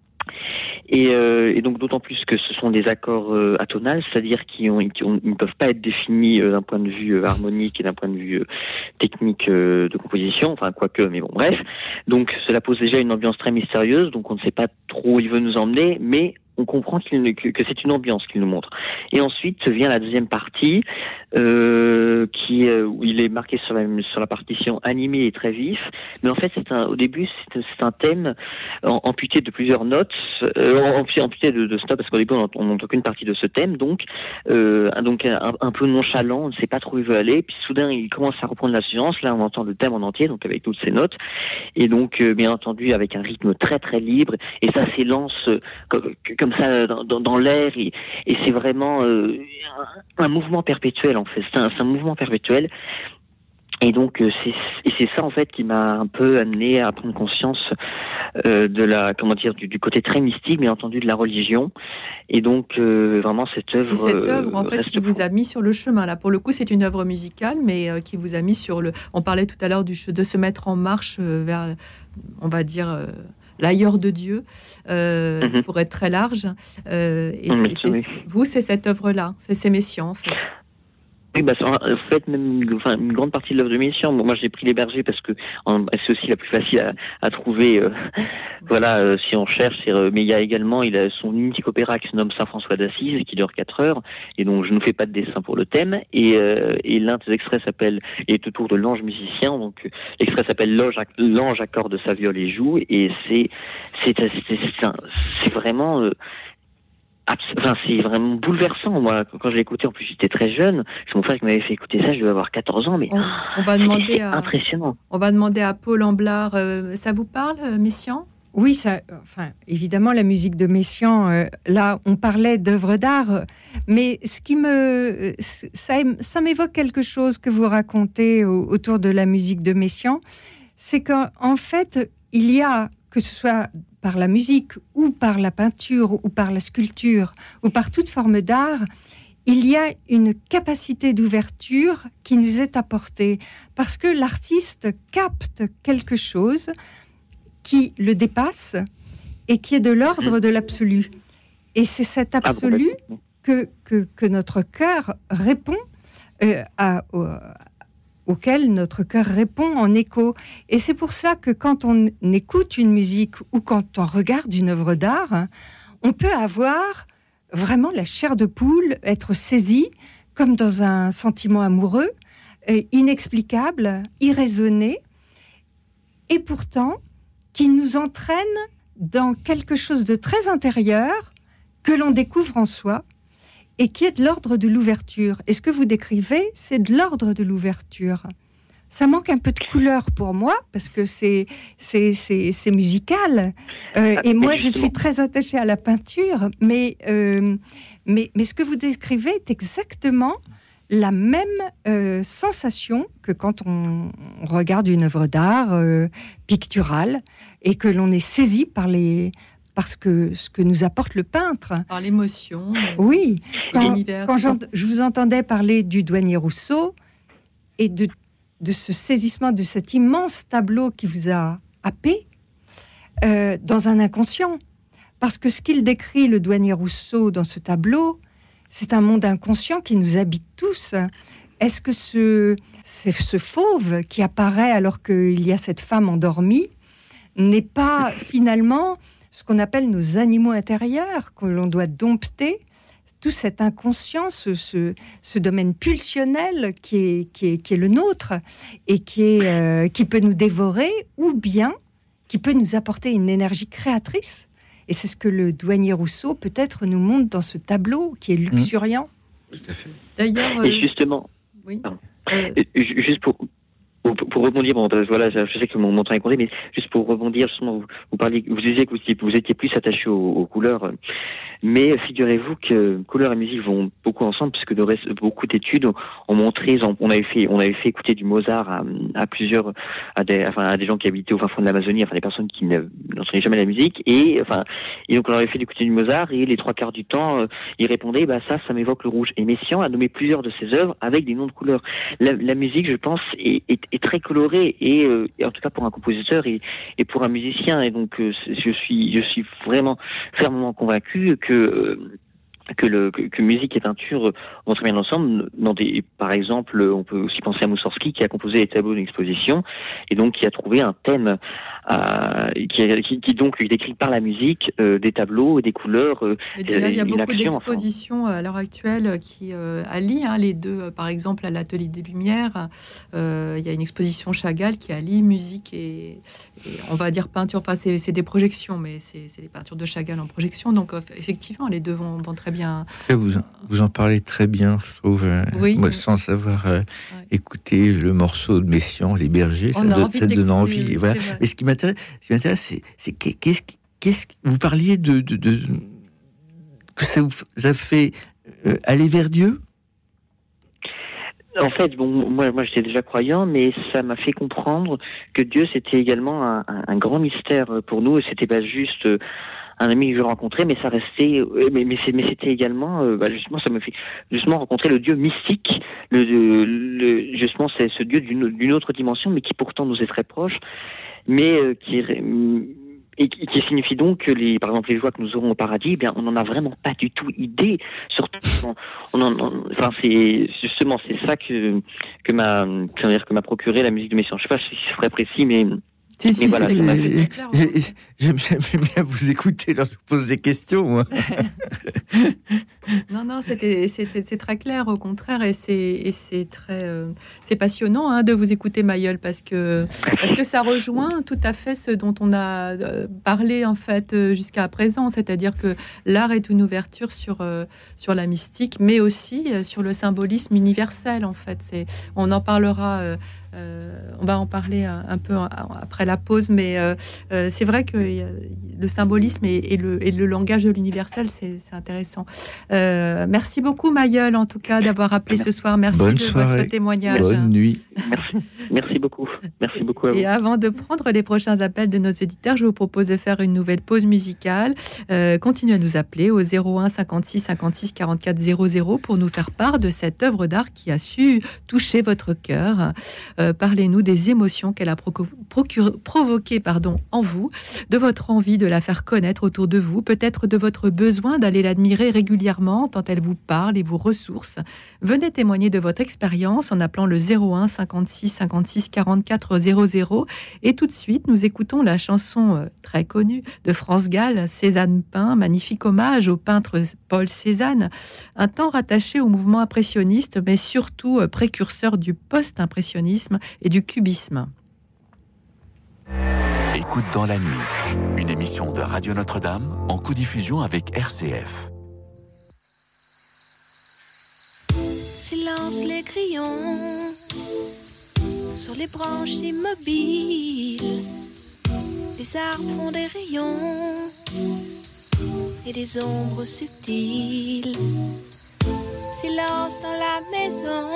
G: Et donc d'autant plus que ce sont des accords atonales, c'est-à-dire qu'ils ne peuvent pas être définis d'un point de vue harmonique et d'un point de vue technique de composition, enfin quoique, mais bon bref. Donc cela pose déjà une ambiance très mystérieuse, donc on ne sait pas trop où il veut nous emmener, mais on comprend que c'est une ambiance qu'il nous montre. Et ensuite vient la deuxième partie, où il est marqué sur la partition animé et très vif. Mais en fait, au début, c'est un thème amputé de plusieurs notes, amputé de stop, parce qu'au début, on n'entend qu'une partie de ce thème, donc un peu nonchalant, on ne sait pas trop où il veut aller. Puis soudain, il commence à reprendre la suivance. Là, on entend le thème en entier, donc avec toutes ces notes. Et donc, bien entendu, avec un rythme très très libre. Et ça s'élance comme ça dans l'air, et c'est vraiment un mouvement perpétuel en fait. C'est un mouvement perpétuel, et donc c'est ça en fait qui m'a un peu amené à prendre conscience du côté très mystique, bien entendu, de la religion. Et donc vraiment cette œuvre.
B: C'est cette œuvre en fait qui vous a mis sur le chemin. Là, pour le coup, c'est une œuvre musicale, mais qui vous a mis sur le. On parlait tout à l'heure de se mettre en marche vers, on va dire. L'ailleurs de Dieu, pour être très large. C'est cette œuvre-là, c'est Messiaen, en fait.
G: Oui, en fait, même une grande partie de l'œuvre de Messiaen. Moi, j'ai pris Les Bergers parce que c'est aussi la plus facile à trouver. Si on cherche. Mais il y a également, il a son unique opéra qui se nomme Saint-François d'Assise, qui dure 4 heures. Et donc, je ne fais pas de dessin pour le thème. Et l'un des extraits est autour de l'ange musicien. Donc, l'extrait s'appelle L'ange accorde sa viole et joue. Et c'est vraiment. C'est vraiment bouleversant. Moi, quand je l'ai écouté, en plus j'étais très jeune. C'est mon frère qui m'avait fait écouter ça. Je devais avoir 14 ans, mais
B: on va demander
G: impressionnant.
B: On va demander à Paul Amblard. Ça vous parle, Messiaen ?
C: Oui, évidemment, la musique de Messiaen. Là, on parlait d'œuvres d'art, mais ça m'évoque quelque chose que vous racontez autour de la musique de Messiaen, c'est qu'en fait, il y a, que ce soit par la musique ou par la peinture ou par la sculpture ou par toute forme d'art, il y a une capacité d'ouverture qui nous est apportée parce que l'artiste capte quelque chose qui le dépasse et qui est de l'ordre de l'absolu. Et c'est cet absolu que notre cœur répond auquel notre cœur répond en écho. Et c'est pour ça que quand on écoute une musique ou quand on regarde une œuvre d'art, on peut avoir vraiment la chair de poule, être saisi comme dans un sentiment amoureux, inexplicable, irraisonné, et pourtant qui nous entraîne dans quelque chose de très intérieur que l'on découvre en soi, et qui est de l'ordre de l'ouverture. Et ce que vous décrivez, c'est de l'ordre de l'ouverture. Ça manque un peu de couleur pour moi, parce que c'est musical. Et moi, je suis très attachée à la peinture, mais ce que vous décrivez est exactement la même sensation que quand on regarde une œuvre d'art picturale, et que l'on est saisi parce que ce que nous apporte le peintre.
B: Par l'émotion.
C: Oui.
B: L'univers.
C: Quand je vous entendais parler du douanier Rousseau et de ce saisissement de cet immense tableau qui vous a happé dans un inconscient. Parce que ce qu'il décrit, le douanier Rousseau, dans ce tableau, c'est un monde inconscient qui nous habite tous. Est-ce que ce fauve qui apparaît alors qu'il y a cette femme endormie n'est pas finalement ce qu'on appelle nos animaux intérieurs, que l'on doit dompter, tout cet inconscient, ce domaine pulsionnel qui est le nôtre et qui peut nous dévorer, ou bien qui peut nous apporter une énergie créatrice. Et c'est ce que le douanier Rousseau peut-être nous montre dans ce tableau qui est luxuriant.
D: Tout à fait.
B: D'ailleurs,
G: et justement,
B: oui.
G: Juste pour rebondir, je sais que mon temps est compté, mais juste pour rebondir, justement, vous disiez que vous étiez plus attaché aux couleurs, mais figurez-vous que couleurs et musique vont beaucoup ensemble, puisque beaucoup d'études ont montré, on avait fait écouter du Mozart à des gens qui habitaient au fin fond de l'Amazonie, des personnes qui n'entendaient jamais la musique, et donc on leur avait fait écouter du Mozart, et les 3 quarts du temps, ils répondaient, ça m'évoque le rouge. Et Messiaen a nommé plusieurs de ses œuvres avec des noms de couleurs. La musique, je pense, est très colorée, et en tout cas pour un compositeur et pour un musicien, et donc je suis vraiment fermement convaincu que musique et peinture vont très bien ensemble. Par exemple, on peut aussi penser à Moussorgsky qui a composé les tableaux d'une exposition et donc qui a trouvé un thème qui donc est décrit par la musique, des tableaux, des couleurs.
B: Il y a beaucoup d'expositions à l'heure actuelle qui allient les deux. Par exemple, à l'Atelier des Lumières, il y a une exposition Chagall qui allie musique et on va dire peinture. Enfin, c'est des projections, mais c'est les peintures de Chagall en projection. Donc, effectivement, les deux vont très bien.
D: Vous en parlez très bien, je trouve.
B: Oui,
D: moi, sans avoir écouté le morceau de Messiaen, Les Bergers, ça donne envie. Et voilà. Mais ce qui m'intéresse, c'est qu'est-ce vous parliez de que ça vous a fait aller vers Dieu.
G: En fait, moi j'étais déjà croyant, mais ça m'a fait comprendre que Dieu c'était également un grand mystère pour nous, et c'était pas juste un ami que je rencontrais, mais ça restait, mais c'était également, justement, ça me fait justement rencontrer le Dieu mystique, justement c'est ce Dieu d'une autre dimension, mais qui pourtant nous est très proche, mais et qui signifie donc que par exemple les joies que nous aurons au paradis, eh bien on n'en a vraiment pas du tout idée. Surtout, enfin c'est justement c'est ça que m'a procuré la musique de Messiaen. Je sais pas si c'est très précis, mais voilà.
D: J'aime bien vous écouter lorsque je vous pose des questions. Moi.
B: Non, c'est très clair, au contraire, et c'est très c'est passionnant de vous écouter, Mayol, parce que ça rejoint tout à fait ce dont on a parlé en fait jusqu'à présent, c'est-à-dire que l'art est une ouverture sur la mystique, mais aussi sur le symbolisme universel. En fait, on en parlera. On va en parler un peu après la pause, mais c'est vrai que le symbolisme et le langage de l'universel, c'est intéressant. Merci beaucoup, Mayol, en tout cas, d'avoir appelé ce soir. Merci
D: Bonne
B: de
D: soirée.
B: votre témoignage.
D: Bonne nuit.
G: Merci beaucoup. Merci beaucoup à vous.
B: Et avant de prendre les prochains appels de nos auditeurs, je vous propose de faire une nouvelle pause musicale. Continuez à nous appeler au 01 56 56 44 00 pour nous faire part de cette œuvre d'art qui a su toucher votre cœur. Parlez-nous des émotions qu'elle a provoquées en vous, de votre envie de la faire connaître autour de vous, peut-être de votre besoin d'aller l'admirer régulièrement tant elle vous parle et vous ressource. Venez témoigner de votre expérience en appelant le 01 56 56 44 00. Et tout de suite, nous écoutons la chanson très connue de France Gall, Cézanne peint, magnifique hommage au peintre Paul Cézanne, un temps rattaché au mouvement impressionniste, mais surtout précurseur du post-impressionnisme et du cubisme.
A: Écoute dans la nuit, une émission de Radio Notre-Dame en codiffusion avec RCF.
H: Silence les crayons sur les branches immobiles. Les arbres font des rayons et des ombres subtiles. Silence dans la maison,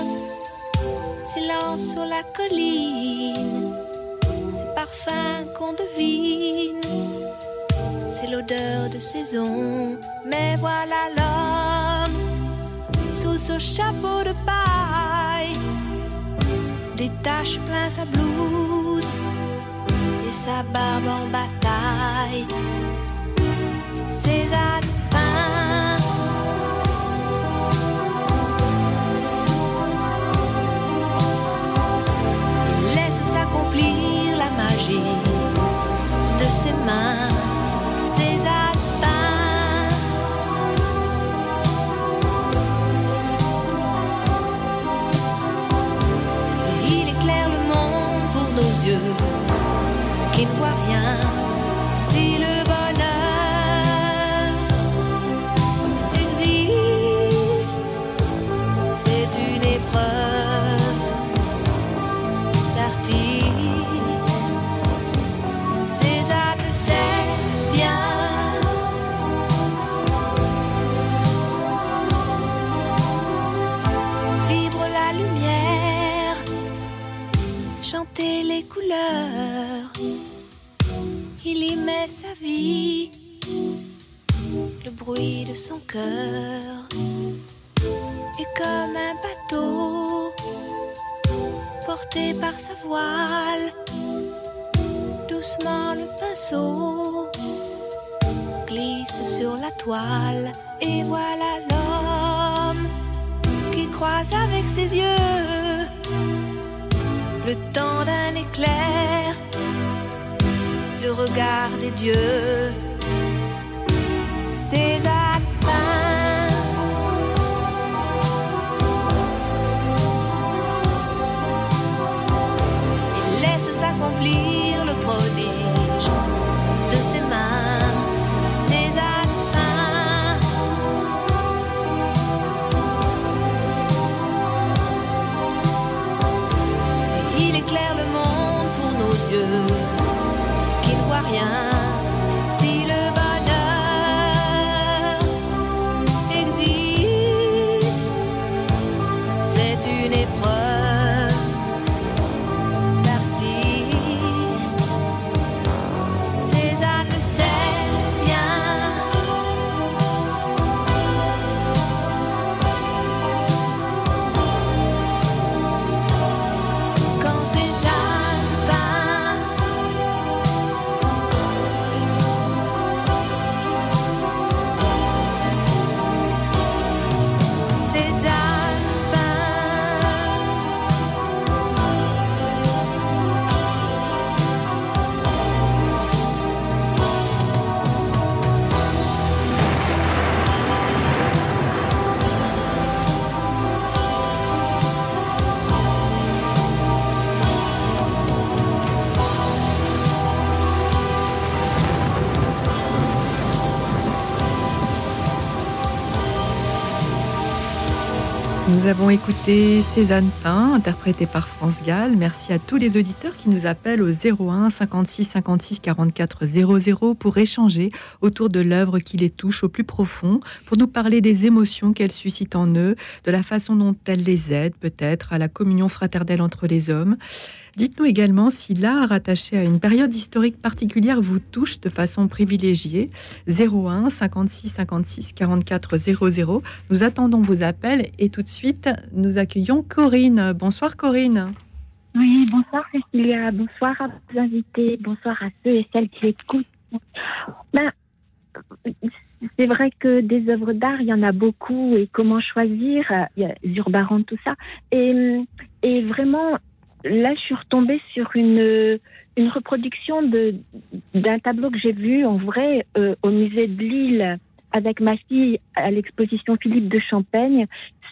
H: silence sur la colline. C'est parfum qu'on devine, c'est l'odeur de saison. Mais voilà l'homme sous ce chapeau de paille, détache plein sa blouse et sa barbe en bataille. Cézanne peint, il laisse s'accomplir la magie de ses mains. Cézanne peint, il éclaire le monde pour nos yeux qui ne voient rien. Si le bonheur existe, c'est une épreuve d'artiste. Cézanne le sait bien. Vibre la lumière, chanter les couleurs. Il y met sa vie, le bruit de son cœur. Et comme un bateau porté par sa voile, doucement le pinceau glisse sur la toile. Et voilà l'homme qui croise avec ses yeux le temps d'un éclair, le regard des dieux. Cézanne peint, il laisse s'accomplir le prodige de ses mains. Cézanne peint, il éclaire le monde pour nos yeux qui ne voient rien. Si le bonheur existe, c'est une épreuve d'artiste. Cézanne le sait bien. Quand Cézanne peint,
B: Nous avons écouté Cézanne Pin, interprétée par France Gall. Merci à tous les auditeurs qui nous appellent au 01 56 56 44 00 pour échanger autour de l'œuvre qui les touche au plus profond, pour nous parler des émotions qu'elle suscite en eux, de la façon dont elle les aide peut-être à la communion fraternelle entre les hommes. Dites-nous également si l'art attaché à une période historique particulière vous touche de façon privilégiée. 01 56 56 44 00. Nous attendons vos appels et tout de suite, nous accueillons Corinne. Bonsoir Corinne.
I: Oui, bonsoir Cécilia. Bonsoir à vos invités. Bonsoir à ceux et celles qui écoutent. C'est vrai que des œuvres d'art, il y en a beaucoup. Et comment choisir? Il y a Zurbarán, tout ça. Et vraiment... Là, je suis retombée sur une reproduction d'un tableau que j'ai vu en vrai au musée de Lille avec ma fille à l'exposition Philippe de Champaigne.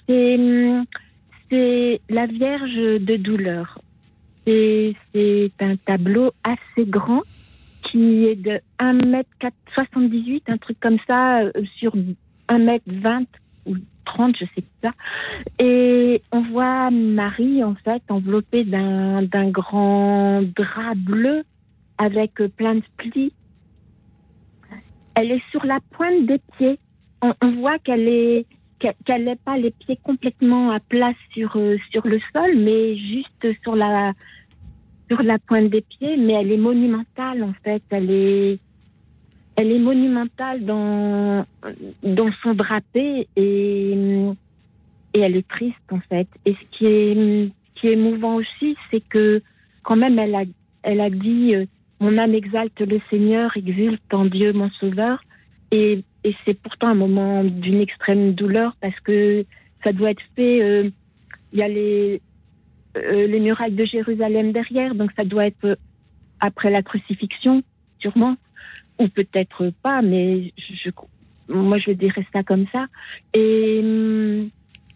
I: C'est la Vierge de douleur. C'est un tableau assez grand qui est de 1m78, un truc comme ça, sur 1m20 ou 30, je sais pas. Et on voit Marie, en fait, enveloppée d'un grand drap bleu avec plein de plis. Elle est sur la pointe des pieds. On voit qu'elle n'est pas les pieds complètement à plat sur le sol, mais juste sur la pointe des pieds. Mais elle est monumentale, en fait. Elle est monumentale dans son drapé et elle est triste en fait. Et ce qui est émouvant aussi, c'est que quand même elle a dit mon âme exalte le Seigneur, exulte en Dieu mon Sauveur. Et c'est pourtant un moment d'une extrême douleur parce que ça doit être fait. Il y a les murailles de Jérusalem derrière, donc ça doit être après la crucifixion, sûrement. Ou peut-être pas, mais moi je dirais ça comme ça. Et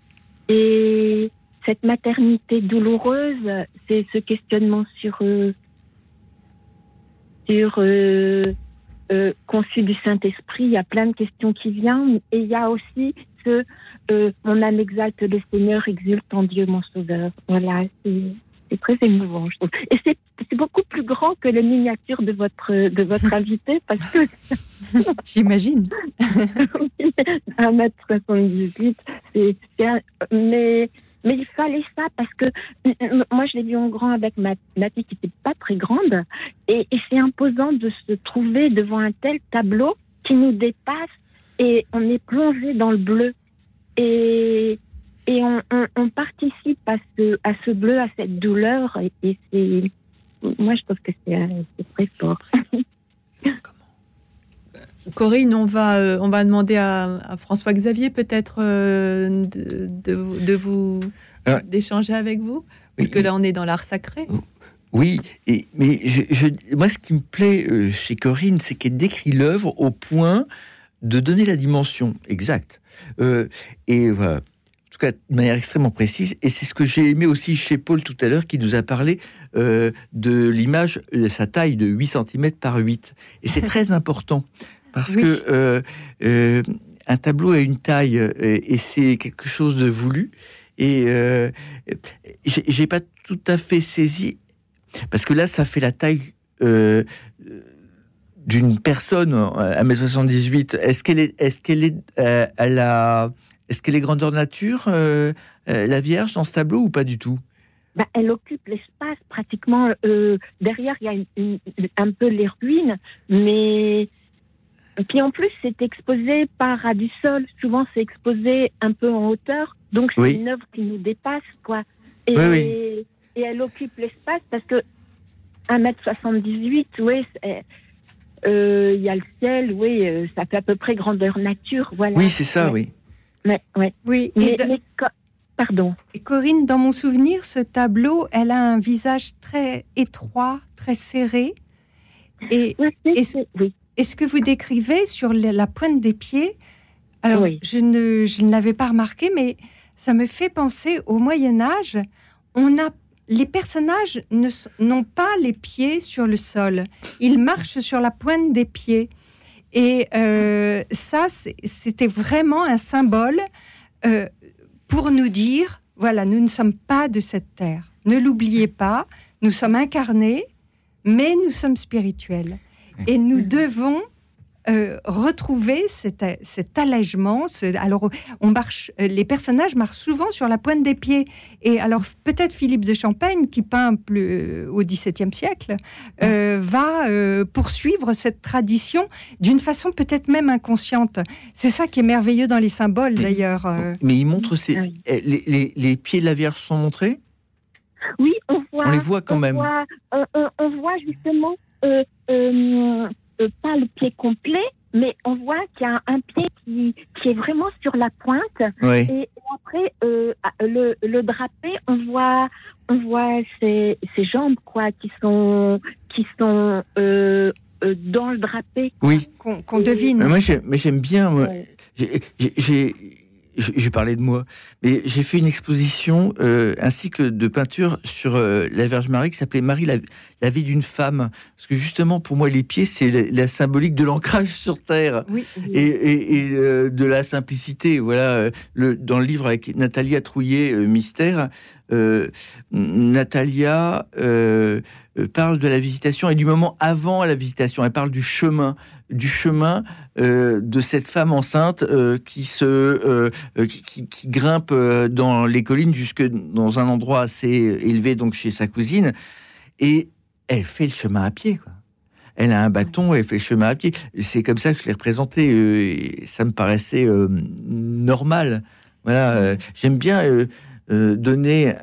I: cette maternité douloureuse, c'est ce questionnement sur conçu du Saint-Esprit. Il y a plein de questions qui viennent, et il y a aussi mon âme exalte le Seigneur, exulte en Dieu mon Sauveur. Voilà, c'est très émouvant, je trouve. Et c'est beaucoup plus grand que les miniatures de votre invité, parce que...
C: J'imagine.
I: 1m78, mais il fallait ça, parce que moi, je l'ai vu en grand avec ma fille qui n'était pas très grande, et c'est imposant de se trouver devant un tel tableau qui nous dépasse, et on est plongé dans le bleu. Et on participe à ce bleu, à cette douleur, et c'est... Moi, je trouve que c'est très fort.
B: Corinne, on va demander à François Xavier peut-être d'échanger avec vous, parce que là, on est dans l'art sacré.
D: Oui, mais moi, ce qui me plaît chez Corinne, c'est qu'elle décrit l'œuvre au point de donner la dimension exacte. Et voilà. En tout cas, de manière extrêmement précise, et c'est ce que j'ai aimé aussi chez Paul tout à l'heure, qui nous a parlé de l'image, de sa taille de 8 cm par 8. Et c'est très important, parce que un tableau a une taille, et c'est quelque chose de voulu, et j'ai pas tout à fait saisi, parce que là, ça fait la taille d'une personne à 1m78. Est-ce qu'elle est grandeur nature, la Vierge, dans ce tableau, ou pas du tout?
I: Elle occupe l'espace pratiquement. Derrière, il y a un peu les ruines, mais... Puis en plus, c'est exposé pas ras du sol. Souvent, c'est exposé un peu en hauteur. Donc, c'est une œuvre qui nous dépasse, quoi. Et elle occupe l'espace parce que 1m78, il y a le ciel, ça fait à peu près grandeur nature, voilà.
D: Oui, c'est ça, oui.
C: Oui,
I: pardon.
C: Et Corinne, dans mon souvenir, ce tableau, elle a un visage très étroit, très serré. Et ce que vous décrivez sur la pointe des pieds, alors je ne l'avais pas remarqué, mais ça me fait penser au Moyen-Âge. Les personnages n'ont pas les pieds sur le sol. Ils marchent sur la pointe des pieds. Et ça, c'était vraiment un symbole pour nous dire, voilà, nous ne sommes pas de cette terre. Ne l'oubliez pas, nous sommes incarnés, mais nous sommes spirituels. Et nous devons retrouver cet allègement. Alors, les personnages marchent souvent sur la pointe des pieds. Et alors, peut-être Philippe de Champagne, qui peint au XVIIe siècle, va poursuivre cette tradition d'une façon peut-être même inconsciente. C'est ça qui est merveilleux dans les symboles, d'ailleurs.
D: Mais il montre les pieds de la Vierge sont montrés ?
I: Oui, on
D: les voit quand même.
I: On voit justement pas le pied complet, mais on voit qu'il y a un pied qui est vraiment sur la pointe.
D: Oui.
I: Et après, le drapé, on voit ses jambes qui sont dans le drapé.
D: Oui.
C: Qu'on devine.
D: Moi, j'aime bien. Moi, j'ai parlé de moi, mais j'ai fait une exposition, un cycle de peinture sur la Vierge Marie qui s'appelait Marie, la vie d'une femme. Parce que justement, pour moi, les pieds, c'est la symbolique de l'ancrage sur terre et de la simplicité. Voilà, dans le livre avec Natalia Trouillet, Mystère, Natalia parle de la visitation et du moment avant la visitation. Elle parle du chemin de cette femme enceinte qui grimpe dans les collines jusque dans un endroit assez élevé, donc chez sa cousine, et elle fait le chemin à pied, quoi. Elle a un bâton et elle fait le chemin à pied. C'est comme ça que je l'ai représenté, et ça me paraissait normal. Voilà, j'aime bien donner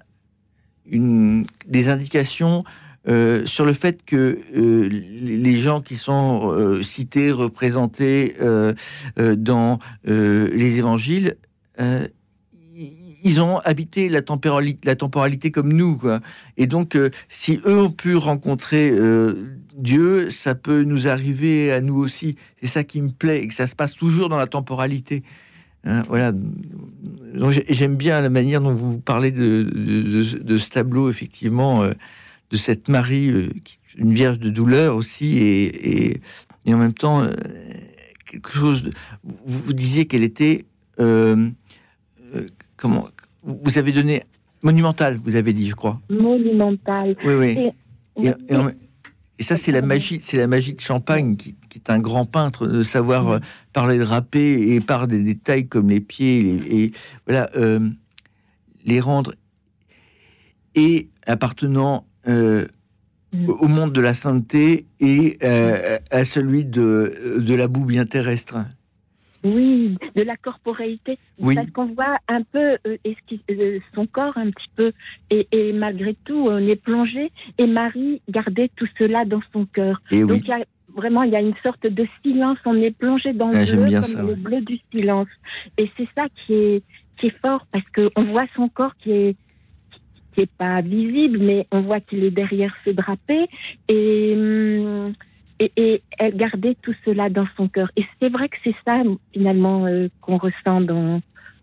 D: des indications sur le fait que les gens qui sont cités, représentés dans les évangiles, ils ont habité la temporalité comme nous, quoi. Et donc, si eux ont pu rencontrer Dieu, ça peut nous arriver à nous aussi. C'est ça qui me plaît, et que ça se passe toujours dans la temporalité. Voilà. Donc, j'aime bien la manière dont vous parlez de ce tableau, effectivement, de cette Marie, une vierge de douleur aussi, et en même temps, quelque chose. Vous disiez qu'elle était comment vous avez donné monumentale, vous avez dit, je crois.
I: Monumentale.
D: Oui. Et ça, c'est la magie de Champagne, qui est un grand peintre, de savoir parler de drapé et par des détails comme les pieds, voilà, les rendre et appartenant au monde de la sainteté et à celui de la boue bien terrestre.
I: Oui, de la corporéité.
D: Oui.
I: Parce qu'on voit un peu son corps un petit peu, et malgré tout, on est plongé. Et Marie gardait tout cela dans son cœur.
D: Et
I: donc, il y a une sorte de silence. On est plongé dans le bleu, comme le bleu du silence. Et c'est ça qui est fort, parce qu'on voit son corps qui est pas visible, mais on voit qu'il est derrière ce drapé. Et elle gardait tout cela dans son cœur. Et c'est vrai que c'est ça, finalement, qu'on ressent dans...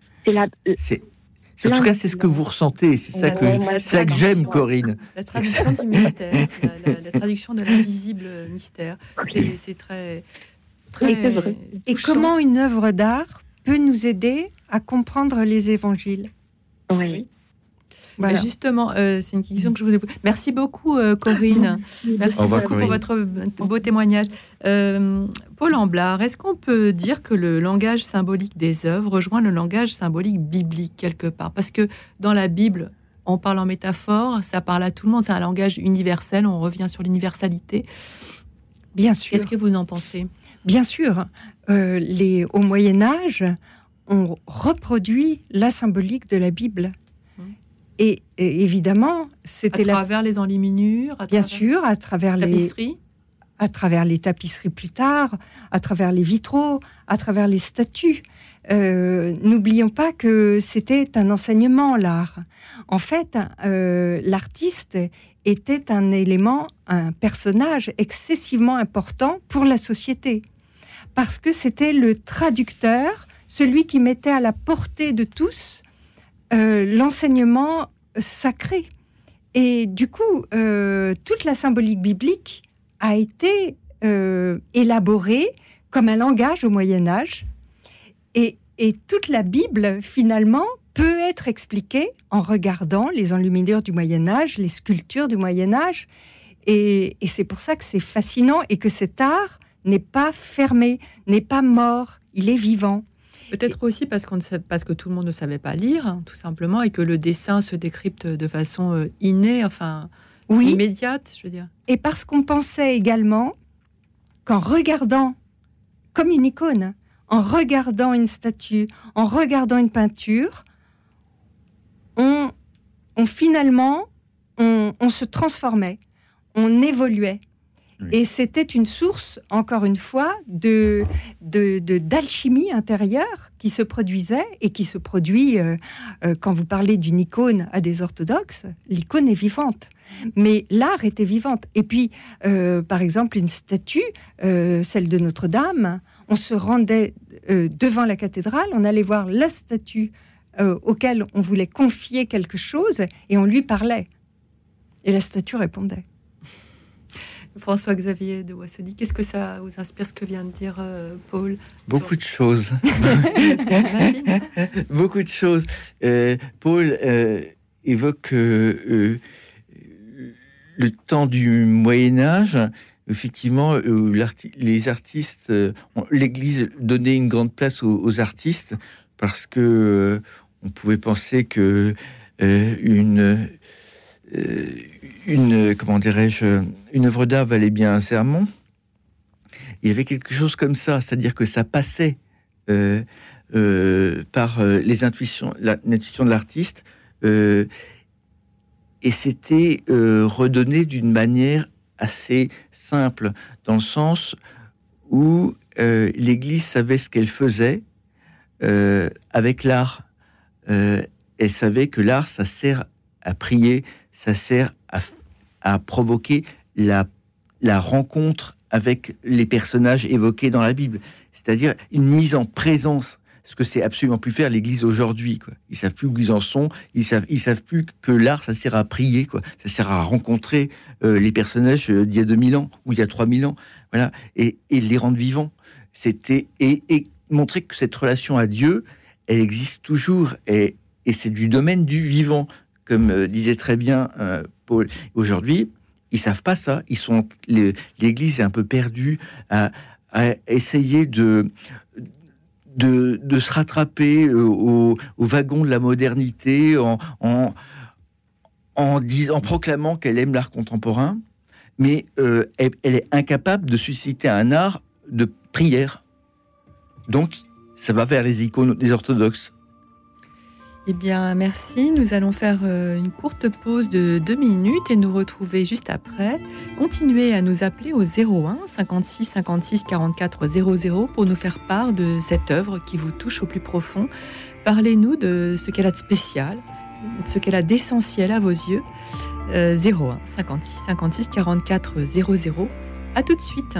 D: En tout cas, c'est ce que vous ressentez. C'est ça que j'aime, Corinne.
B: La traduction du mystère, la traduction de l'invisible mystère. C'est très
I: c'est vrai.
C: Et comment une œuvre d'art peut nous aider à comprendre les évangiles?
I: Oui.
B: Voilà. Justement, c'est une question que je voulais poser. Merci beaucoup, Corinne. Merci beaucoup pour votre beau témoignage. Paul Amblard, est-ce qu'on peut dire que le langage symbolique des œuvres rejoint le langage symbolique biblique quelque part? Parce que dans la Bible, on parle en métaphore, ça parle à tout le monde, c'est un langage universel, on revient sur l'universalité.
C: Bien sûr.
B: Qu'est-ce que vous en pensez?
C: Bien sûr. Au Moyen-Âge, on reproduit la symbolique de la Bible. Et évidemment, c'était
B: à travers les enluminures,
C: bien sûr, à travers les tapisseries plus tard, à travers les vitraux, à travers les statues. N'oublions pas que c'était un enseignement, l'art. En fait, l'artiste était un personnage excessivement important pour la société, parce que c'était le traducteur, celui qui mettait à la portée de tous l'enseignement sacré. Et du coup, toute la symbolique biblique a été élaborée comme un langage au Moyen-Âge. Et toute la Bible, finalement, peut être expliqué en regardant les enluminures du Moyen-Âge, les sculptures du Moyen-Âge. Et c'est pour ça que c'est fascinant et que cet art n'est pas fermé, n'est pas mort, il est vivant.
B: Peut-être aussi parce que tout le monde ne savait pas lire, hein, tout simplement, et que le dessin se décrypte de façon innée, immédiate, je veux dire.
C: Et parce qu'on pensait également qu'en regardant, comme une icône, en regardant une statue, en regardant une peinture, on finalement se transformait, on évoluait. Oui. Et c'était une source, encore une fois, d'alchimie intérieure qui se produisait et qui se produit, quand vous parlez d'une icône à des orthodoxes, l'icône est vivante. Mais l'art était vivante. Et puis, par exemple, une statue, celle de Notre-Dame, on se rendait devant la cathédrale, on allait voir la statue auquel on voulait confier quelque chose et on lui parlait. Et la statue répondait.
B: François-Xavier de Boissonny, qu'est-ce que ça vous inspire, ce que vient de dire Paul?
D: Beaucoup de choses. Beaucoup de choses. Paul évoque le temps du Moyen-Âge. Effectivement, les artistes, l'Église donnait une grande place aux artistes parce que on pouvait penser que une œuvre d'art valait bien un sermon. Il y avait quelque chose comme ça, c'est-à-dire que ça passait par l'intuition de l'artiste, et c'était redonné d'une manière assez simple, dans le sens où l'Église savait ce qu'elle faisait avec l'art. Elle savait que l'art, ça sert à prier, ça sert à provoquer la rencontre avec les personnages évoqués dans la Bible. C'est-à-dire une mise en présence, ce que c'est absolument plus faire l'Église aujourd'hui, quoi. Ils savent plus où ils en sont, ils savent plus que l'art, ça sert à prier, quoi. Ça sert à rencontrer les personnages d'il y a 2000 ans ou il y a 3000 ans, voilà, et les rendre vivants. C'était et montrer que cette relation à Dieu, elle existe toujours, et c'est du domaine du vivant, comme disait très bien Paul. Aujourd'hui, ils savent pas ça. L'Église est un peu perdue à essayer de se rattraper au wagon de la modernité en proclamant qu'elle aime l'art contemporain, mais elle est incapable de susciter un art de prière. Donc, ça va vers les icônes des orthodoxes.
B: Eh bien, merci. Nous allons faire une courte pause de 2 minutes et nous retrouver juste après. Continuez à nous appeler au 01 56 56 44 00 pour nous faire part de cette œuvre qui vous touche au plus profond. Parlez-nous de ce qu'elle a de spécial, ce qu'elle a d'essentiel à vos yeux. 01 56 56 44 00. À tout de suite.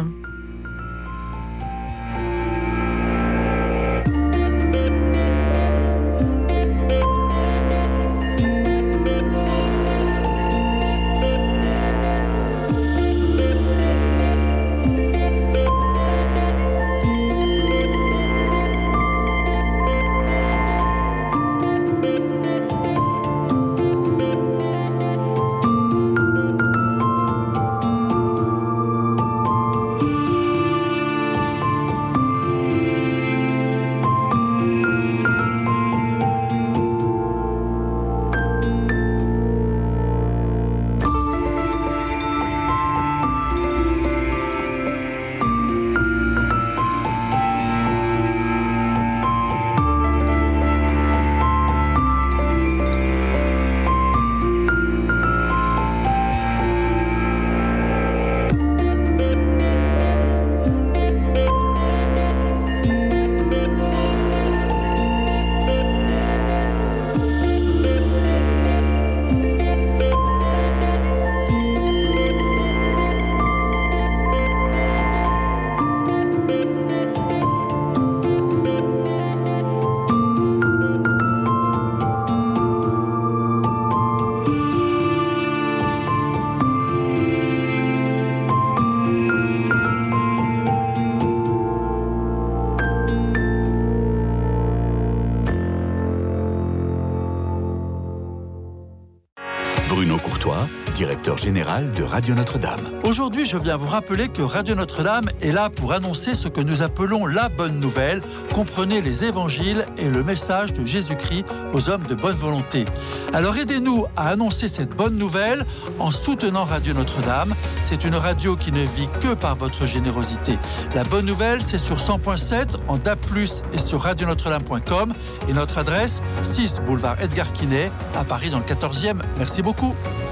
A: Bruno Courtois, directeur général de Radio Notre-Dame.
J: Aujourd'hui, je viens vous rappeler que Radio Notre-Dame est là pour annoncer ce que nous appelons la bonne nouvelle. Comprenez les évangiles et le message de Jésus-Christ aux hommes de bonne volonté. Alors aidez-nous à annoncer cette bonne nouvelle en soutenant Radio Notre-Dame. C'est une radio qui ne vit que par votre générosité. La bonne nouvelle, c'est sur 100.7 en DAB+, et sur radionotre-dame.com, et notre adresse 6 boulevard Edgar Quinet à Paris dans le 14e. Merci beaucoup.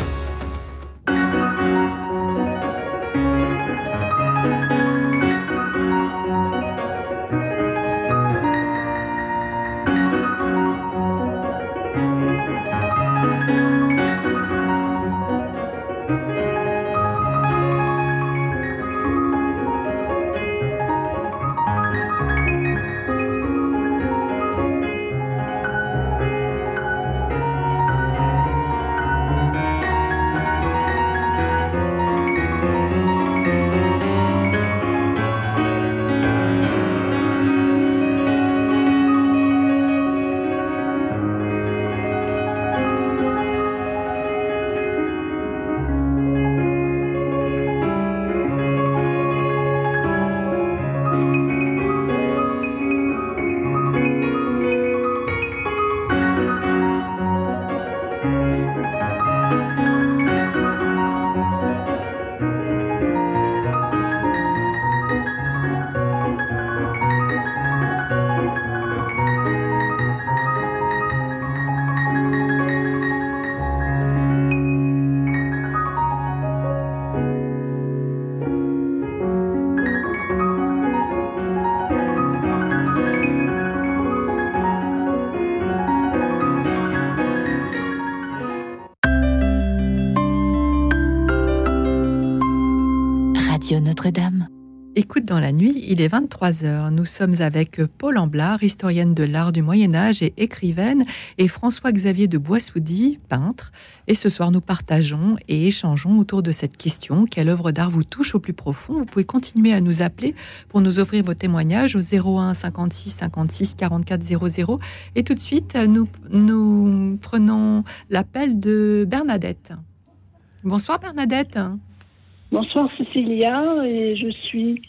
B: Notre-Dame. Écoute dans la nuit, il est 23h. Nous sommes avec Paul Amblard, historienne de l'art du Moyen-Âge et écrivaine, et François-Xavier de Boissoudy, peintre. Et ce soir, nous partageons et échangeons autour de cette question. Quelle œuvre d'art vous touche au plus profond? Vous pouvez continuer à nous appeler pour nous offrir vos témoignages au 01 56 56 44 00. Et tout de suite, nous prenons l'appel de Bernadette. Bonsoir Bernadette.
K: Bonsoir Cécilia, et je suis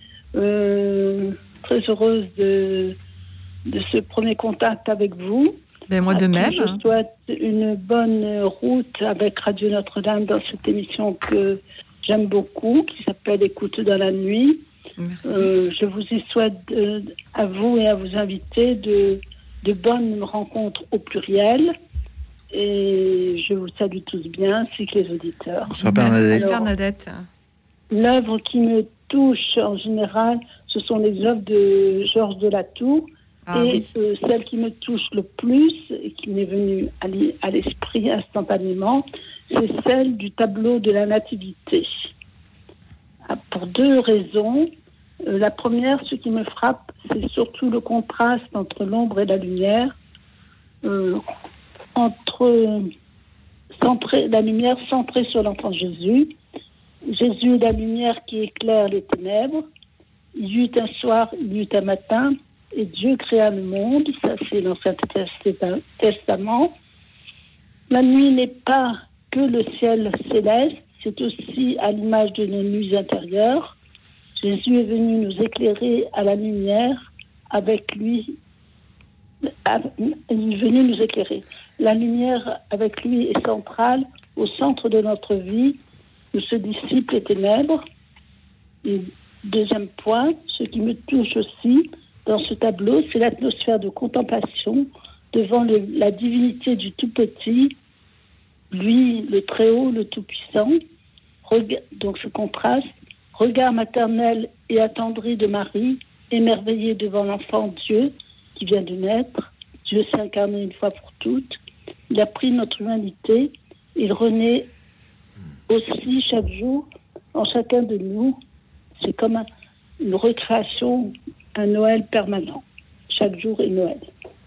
K: très heureuse de ce premier contact avec vous.
B: Ben moi de même.
K: Je souhaite une bonne route avec Radio Notre-Dame dans cette émission que j'aime beaucoup, qui s'appelle Écoute dans la nuit.
B: Merci.
K: Je vous y souhaite à vous et à vos invités de bonnes rencontres au pluriel. Et je vous salue tous bien, ainsi que les auditeurs.
D: Bonsoir Bernadette.
B: Merci Bernadette.
K: L'œuvre qui me touche en général, ce sont les œuvres de Georges de la Tour. Celle qui me touche le plus et qui m'est venue à l'esprit instantanément, c'est celle du tableau de la Nativité. Pour deux raisons. La première, ce qui me frappe, c'est surtout le contraste entre l'ombre et la lumière, la lumière centrée sur l'enfant Jésus. Jésus est la lumière qui éclaire les ténèbres. Il y eut un soir, il y eut un matin, et Dieu créa le monde. Ça, c'est l'Ancien Testament. La nuit n'est pas que le ciel céleste, c'est aussi à l'image de nos nuits intérieures. Jésus est venu nous éclairer à la lumière. Avec lui, il est venu nous éclairer. La lumière avec lui est centrale, au centre de notre vie, où se dissipent les ténèbres. Et deuxième point, ce qui me touche aussi dans ce tableau, c'est l'atmosphère de contemplation devant la divinité du Tout-Petit, lui, le Très-Haut, le Tout-Puissant. Donc ce contraste, regard maternel et attendri de Marie, émerveillé devant l'enfant Dieu qui vient de naître. Dieu s'est incarné une fois pour toutes. Il a pris notre humanité. Il renaît aussi chaque jour en chacun de nous. C'est comme une recréation, un Noël permanent. Chaque jour est Noël.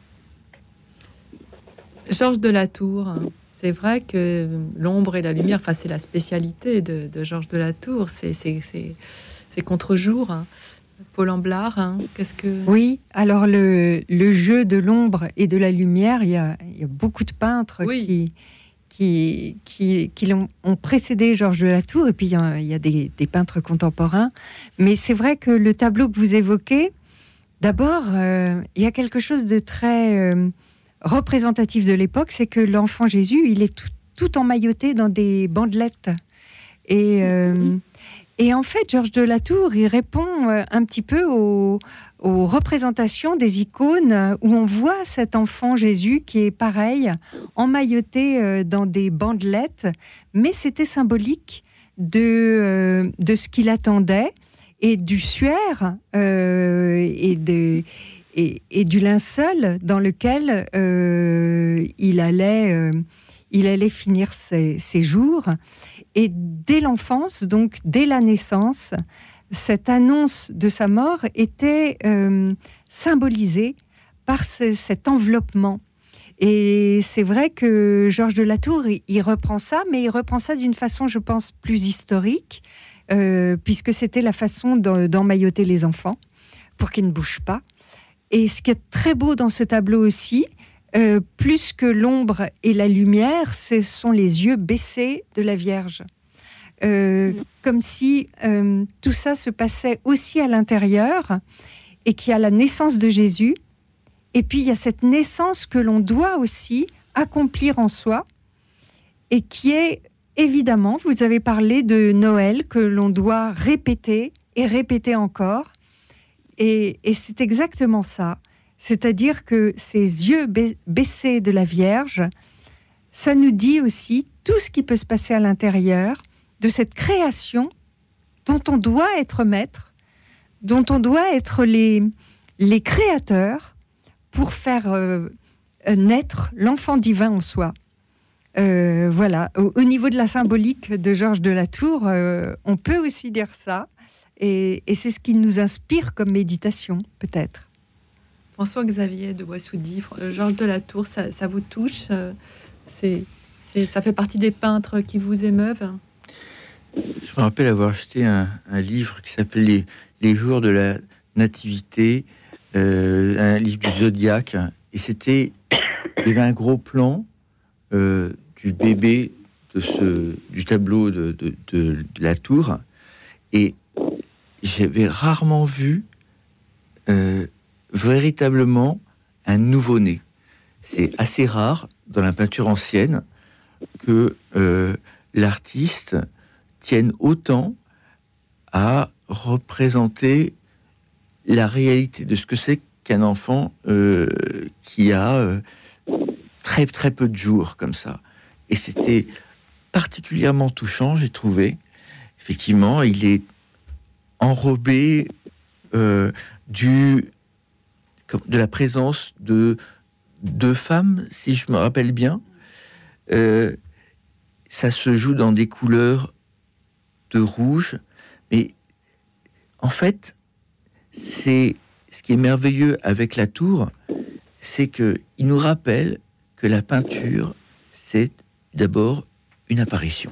B: Georges de la Tour, c'est vrai que l'ombre et la lumière, enfin c'est la spécialité de Georges de la Tour, c'est contre-jour. Paul Amblard, qu'est-ce que...
C: Oui, alors le jeu de l'ombre et de la lumière, il y a beaucoup de peintres qui ont précédé Georges de la Tour, et puis il y a des peintres contemporains. Mais c'est vrai que le tableau que vous évoquez, d'abord, il y a quelque chose de très représentatif de l'époque, c'est que l'enfant Jésus, il est tout emmailloté dans des bandelettes. Et en fait, Georges de la Tour, il répond un petit peu aux représentations des icônes où on voit cet enfant Jésus qui est pareil, emmailloté dans des bandelettes, mais c'était symbolique de ce qu'il attendait et du suaire et du linceul dans lequel il allait finir ses jours. Et dès l'enfance, donc dès la naissance, cette annonce de sa mort était symbolisée par cet enveloppement. Et c'est vrai que Georges de la Tour, il reprend ça, mais il reprend ça d'une façon, je pense, plus historique, puisque c'était la façon d'emmailloter les enfants pour qu'ils ne bougent pas. Et ce qui est très beau dans ce tableau aussi, plus que l'ombre et la lumière, ce sont les yeux baissés de la Vierge. Comme si tout ça se passait aussi à l'intérieur et qu'il y a la naissance de Jésus. Et puis il y a cette naissance que l'on doit aussi accomplir en soi et qui est évidemment, vous avez parlé de Noël, que l'on doit répéter et répéter encore. Et c'est exactement ça. C'est-à-dire que ces yeux baissés de la Vierge, ça nous dit aussi tout ce qui peut se passer à l'intérieur de cette création dont on doit être maître, dont on doit être les créateurs pour faire naître l'enfant divin en soi. Voilà, au niveau de la symbolique de Georges de la Tour, on peut aussi dire ça, et c'est ce qui nous inspire comme méditation, peut-être.
B: François-Xavier de Boissoudy, Georges de la Tour, ça vous touche, ça fait partie des peintres qui vous émeuvent?
D: Je me rappelle avoir acheté un livre qui s'appelait Les jours de la Nativité, un livre du Zodiaque, et il y avait un gros plan du bébé du tableau de la tour, et j'avais rarement vu véritablement un nouveau-né. C'est assez rare dans la peinture ancienne que l'artiste tienne autant à représenter la réalité de ce que c'est qu'un enfant qui a très très peu de jours comme ça. Et c'était particulièrement touchant, j'ai trouvé. Effectivement, il est enrobé de la présence de deux femmes, si je me rappelle bien. Ça se joue dans des couleurs de rouge, mais en fait, c'est ce qui est merveilleux avec la tour, c'est qu'il nous rappelle que la peinture, c'est d'abord une apparition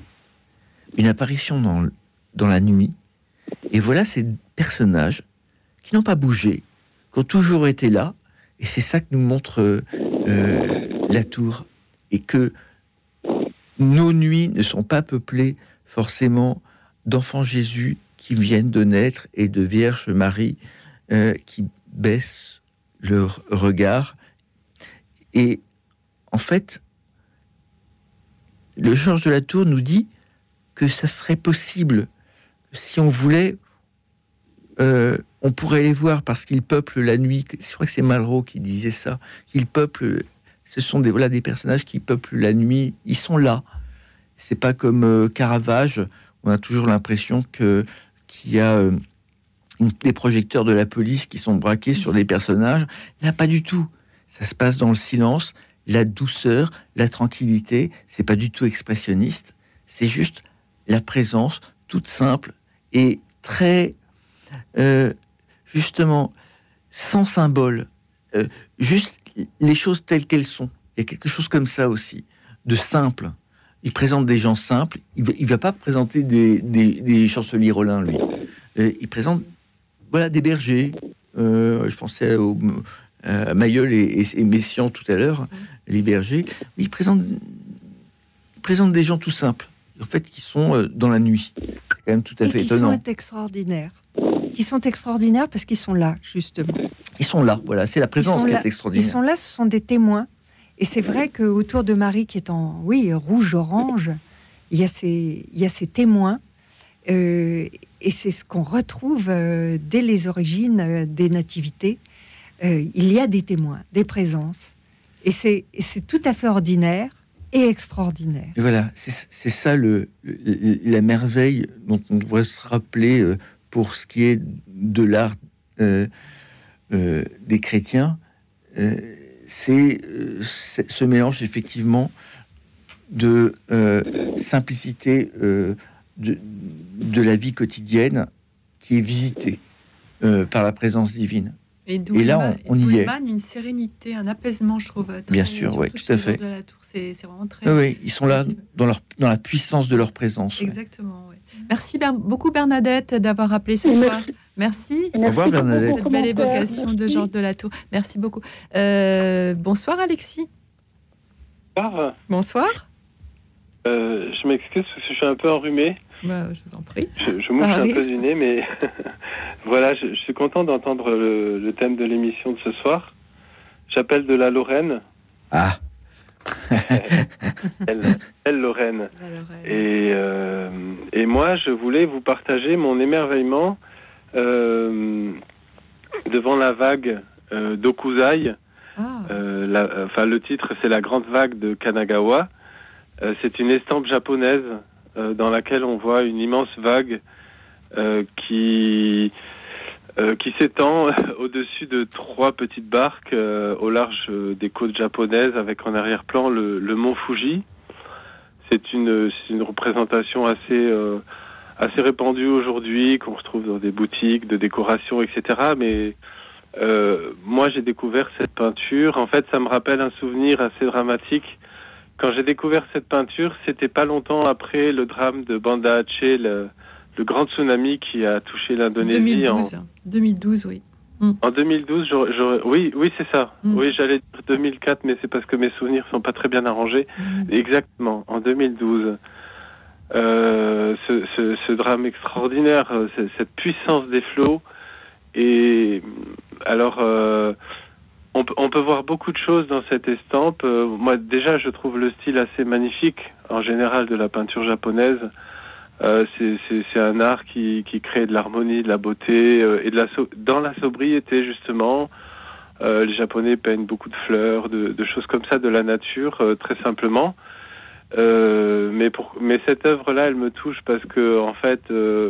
D: dans la nuit. Et voilà ces personnages qui n'ont pas bougé, qui ont toujours été là, et c'est ça que nous montre la tour, et que nos nuits ne sont pas peuplées forcément d'enfants Jésus qui viennent de naître et de Vierge Marie qui baissent leur regard. Et en fait, le Georges de la Tour nous dit que ça serait possible, si on voulait, on pourrait les voir parce qu'ils peuplent la nuit. Je crois que c'est Malraux qui disait ça, qu'ils peuplent. Ce sont des personnages qui peuplent la nuit. Ils sont là. C'est pas comme Caravage. On a toujours l'impression qu'il y a des projecteurs de la police qui sont braqués sur des personnages. Là, pas du tout. Ça se passe dans le silence, la douceur, la tranquillité. C'est pas du tout expressionniste. C'est juste la présence toute simple et très justement sans symbole. Juste les choses telles qu'elles sont. Il y a quelque chose comme ça aussi, de simple. Il présente des gens simples. Il va pas présenter des chanceliers Rollin, lui. Il présente, des bergers. Je pensais à Mayol et Messiaen tout à l'heure, les bergers. Il présente présente des gens tout simples, en fait, qui sont dans la nuit. C'est quand même tout à fait étonnant.
C: Qui sont extraordinaires. Qui sont extraordinaires parce qu'ils sont là, justement.
D: Ils sont là, voilà, c'est la présence qui est extraordinaire.
C: Ils sont là, ce sont des témoins. Et c'est vrai qu'autour de Marie, qui est en rouge-orange, il y a ces témoins. Et c'est ce qu'on retrouve dès les origines des nativités. Il y a des témoins, des présences. Et c'est tout à fait ordinaire et extraordinaire.
D: Et voilà, c'est ça la merveille dont on devrait se rappeler pour ce qui est de l'art des chrétiens. C'est ce mélange effectivement de simplicité de la vie quotidienne qui est visitée par la présence divine.
B: Et
D: là, on y est.
B: Une sérénité, un apaisement, je trouve.
D: Bien sûr, oui, tout à fait.
B: De la tour, c'est vraiment très.
D: Oui, ils sont là dans la puissance de leur présence.
B: Exactement. Ouais. Merci beaucoup Bernadette d'avoir appelé ce soir. Merci.
D: Au revoir Bernadette.
B: Cette belle évocation de Georges de la Tour. Merci beaucoup. Bonsoir Alexis. Bonsoir.
L: Je m'excuse parce que je suis un peu enrhumé.
B: Je vous en prie.
L: Je mouche un peu du nez, mais voilà, je suis content d'entendre le thème de l'émission de ce soir. J'appelle de la Lorraine.
D: Ah.
L: Elle Lorraine. Et moi, je voulais vous partager mon émerveillement devant la vague d'Okuzai. Le titre, c'est La Grande Vague de Kanagawa. C'est une estampe japonaise dans laquelle on voit une immense vague qui s'étend au-dessus de 3 petites barques au large des côtes japonaises, avec en arrière-plan le mont Fuji. C'est une représentation assez répandue aujourd'hui, qu'on retrouve dans des boutiques de décoration, etc. Mais moi, j'ai découvert cette peinture. En fait, ça me rappelle un souvenir assez dramatique. Quand j'ai découvert cette peinture, c'était pas longtemps après le drame de Banda Aceh, le grand tsunami qui a touché l'Indonésie
B: 2012, oui.
L: En 2012, oui, c'est ça. Oui, j'allais dire 2004, mais c'est parce que mes souvenirs sont pas très bien arrangés. Exactement, en 2012. Ce drame extraordinaire, cette puissance des flots. Et alors, on peut voir beaucoup de choses dans cette estampe. Moi, déjà, je trouve le style assez magnifique, en général, de la peinture japonaise. C'est un art qui crée de l'harmonie, de la beauté et dans la sobriété, justement. Les Japonais peignent beaucoup de fleurs, de choses comme ça, de la nature, très simplement. Mais cette œuvre-là, elle me touche parce que, en fait,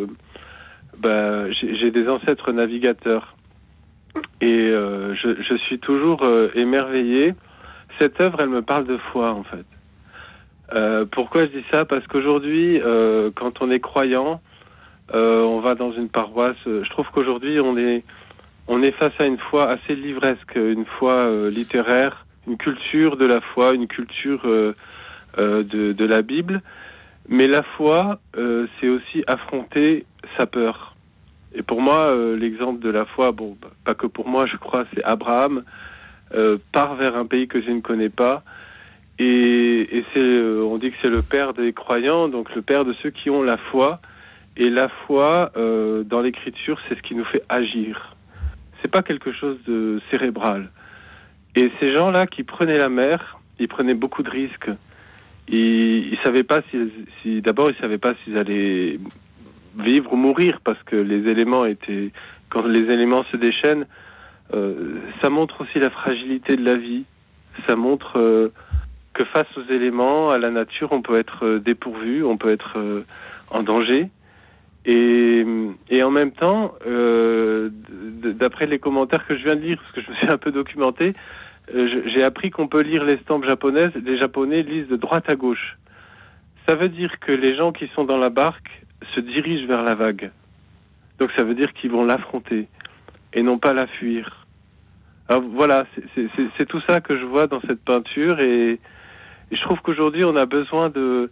L: j'ai des ancêtres navigateurs. Et je suis toujours émerveillé. Cette œuvre, elle me parle de foi, en fait. Pourquoi je dis ça ? Parce qu'aujourd'hui, quand on est croyant, on va dans une paroisse. Je trouve qu'aujourd'hui, on est face à une foi assez livresque, une foi littéraire, une culture de la foi, une culture de la Bible. Mais la foi, c'est aussi affronter sa peur. Et pour moi, l'exemple de la foi, pas que pour moi, je crois, c'est Abraham part vers un pays que je ne connais pas. Et on dit que c'est le père des croyants, donc le père de ceux qui ont la foi. Et la foi, dans l'écriture, c'est ce qui nous fait agir. C'est pas quelque chose de cérébral. Et ces gens-là qui prenaient la mer, ils prenaient beaucoup de risques. Ils savaient pas d'abord, ils savaient pas s'ils allaient vivre ou mourir, parce que quand les éléments se déchaînent, ça montre aussi la fragilité de la vie. Ça montre que face aux éléments, à la nature, on peut être dépourvu, on peut être en danger. Et en même temps, d'après les commentaires que je viens de lire, parce que je me suis un peu documenté, j'ai appris qu'on peut lire l'estampe japonaise. Les Japonais lisent de droite à gauche. Ça veut dire que les gens qui sont dans la barque se dirigent vers la vague. Donc ça veut dire qu'ils vont l'affronter et non pas la fuir. Alors voilà, c'est tout ça que je vois dans cette peinture, et je trouve qu'aujourd'hui on a besoin de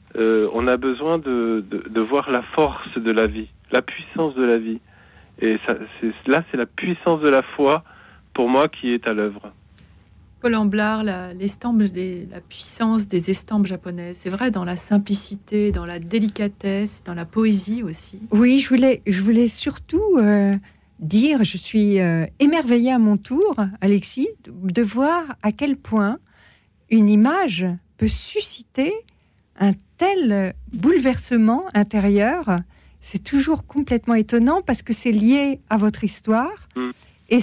L: voir la force de la vie, la puissance de la vie. Et c'est la puissance de la foi pour moi qui est à l'œuvre.
B: Paul Amblard, la puissance des estampes japonaises, c'est vrai, dans la simplicité, dans la délicatesse, dans la poésie aussi.
C: Oui, je voulais surtout dire, je suis émerveillée à mon tour, Alexis, de voir à quel point une image peut susciter un tel bouleversement intérieur. C'est toujours complètement étonnant parce que c'est lié à votre histoire et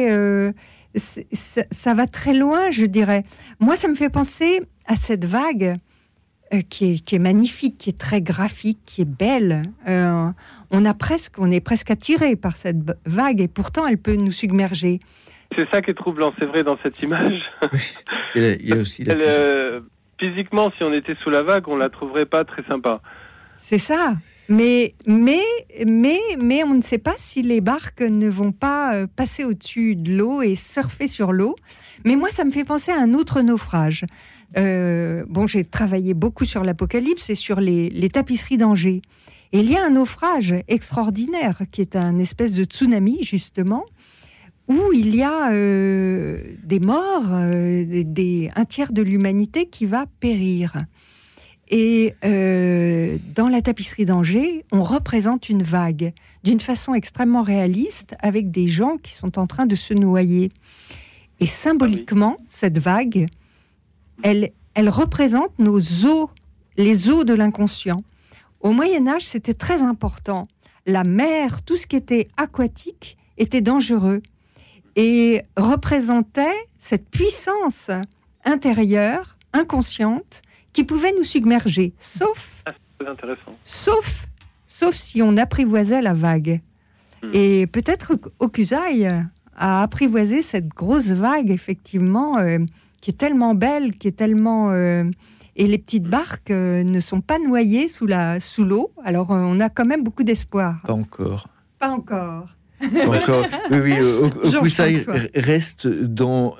C: ça va très loin, je dirais. Moi, ça me fait penser à cette vague qui est magnifique, qui est très graphique, qui est belle. On est presque attiré par cette vague et pourtant, elle peut nous submerger.
L: C'est ça qui est troublant, c'est vrai, dans cette image.
D: Il y a aussi
L: physiquement, si on était sous la vague, on la trouverait pas très sympa.
C: C'est ça. Mais on ne sait pas si les barques ne vont pas passer au-dessus de l'eau et surfer sur l'eau. Mais moi, ça me fait penser à un autre naufrage. J'ai travaillé beaucoup sur l'Apocalypse et sur les tapisseries d'Angers. Et il y a un naufrage extraordinaire qui est un espèce de tsunami, justement, où il y a des morts, un tiers de l'humanité qui va périr. Et dans la tapisserie d'Angers, on représente une vague d'une façon extrêmement réaliste avec des gens qui sont en train de se noyer. Et symboliquement, cette vague, elle représente nos eaux, les eaux de l'inconscient. Au Moyen-Âge, c'était très important. La mer, tout ce qui était aquatique, était dangereux et représentait cette puissance intérieure, inconsciente, qui pouvait nous submerger, sauf si on apprivoisait la vague. Et peut-être Hokusai a apprivoisé cette grosse vague, effectivement, qui est tellement belle, qui est tellement... et les petites barques ne sont pas noyées sous l'eau, alors on a quand même beaucoup d'espoir.
D: Pas encore. Encore. Oui, Hokusai reste dans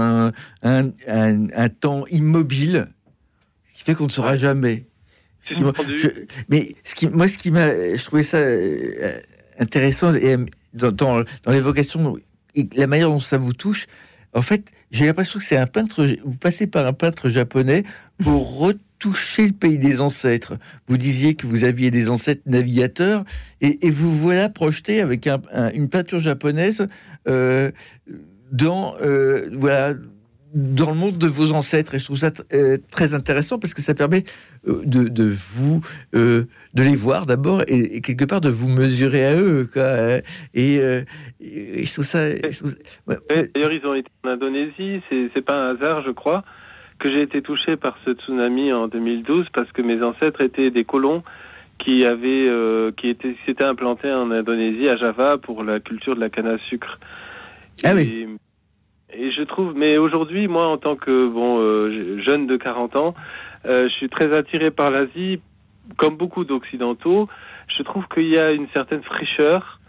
D: un temps immobile, ce qui fait qu'on ne saura jamais. Mais je trouvais ça intéressant et dans l'évocation, la manière dont ça vous touche. En fait, j'ai l'impression que c'est un peintre. Vous passez par un peintre japonais pour retoucher le pays des ancêtres. Vous disiez que vous aviez des ancêtres navigateurs, et vous voilà projeté avec une peinture japonaise dans le monde de vos ancêtres. Et je trouve ça très intéressant parce que ça permet de les voir d'abord et quelque part de vous mesurer à eux, quoi. Et je trouve ça.
L: D'ailleurs, ils ont été en Indonésie. C'est pas un hasard, je crois, que j'ai été touché par ce tsunami en 2012 parce que mes ancêtres étaient des colons qui s'étaient implantés en Indonésie, à Java, pour la culture de la canne à sucre. Et je trouve, mais aujourd'hui, moi, en tant que jeune de 40 ans, je suis très attiré par l'Asie, comme beaucoup d'Occidentaux. Je trouve qu'il y a une certaine fraîcheur.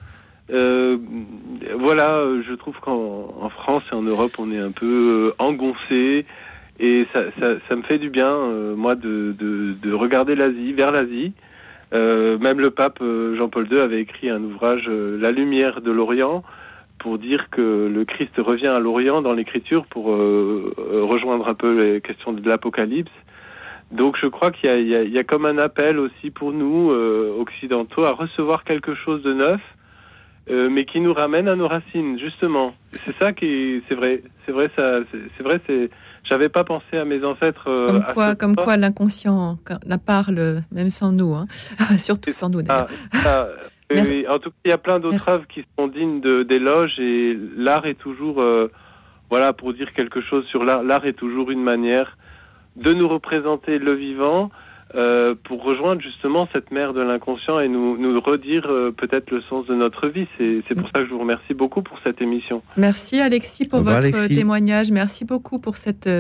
L: Je trouve qu'en France et en Europe, on est un peu engoncé, et ça me fait du bien, moi, de regarder l'Asie, vers l'Asie. Même le pape Jean-Paul II avait écrit un ouvrage, La lumière de l'Orient, pour dire que le Christ revient à l'Orient dans l'Écriture pour rejoindre un peu les questions de l'Apocalypse. Donc je crois qu'il y a comme un appel aussi pour nous, occidentaux, à recevoir quelque chose de neuf, mais qui nous ramène à nos racines, justement. C'est ça c'est vrai. J'avais pas pensé à mes ancêtres.
B: Comme quoi l'inconscient la parle, même sans nous, hein. Surtout sans nous d'ailleurs.
L: Oui, en tout cas, il y a plein d'autres œuvres qui sont dignes d'éloges, et l'art est toujours, pour dire quelque chose sur l'art, l'art est toujours une manière de nous représenter le vivant, pour rejoindre justement cette mer de l'inconscient et nous redire peut-être le sens de notre vie. C'est pour ça que je vous remercie beaucoup pour cette émission.
B: Merci Alexis pour votre témoignage. Merci beaucoup pour cette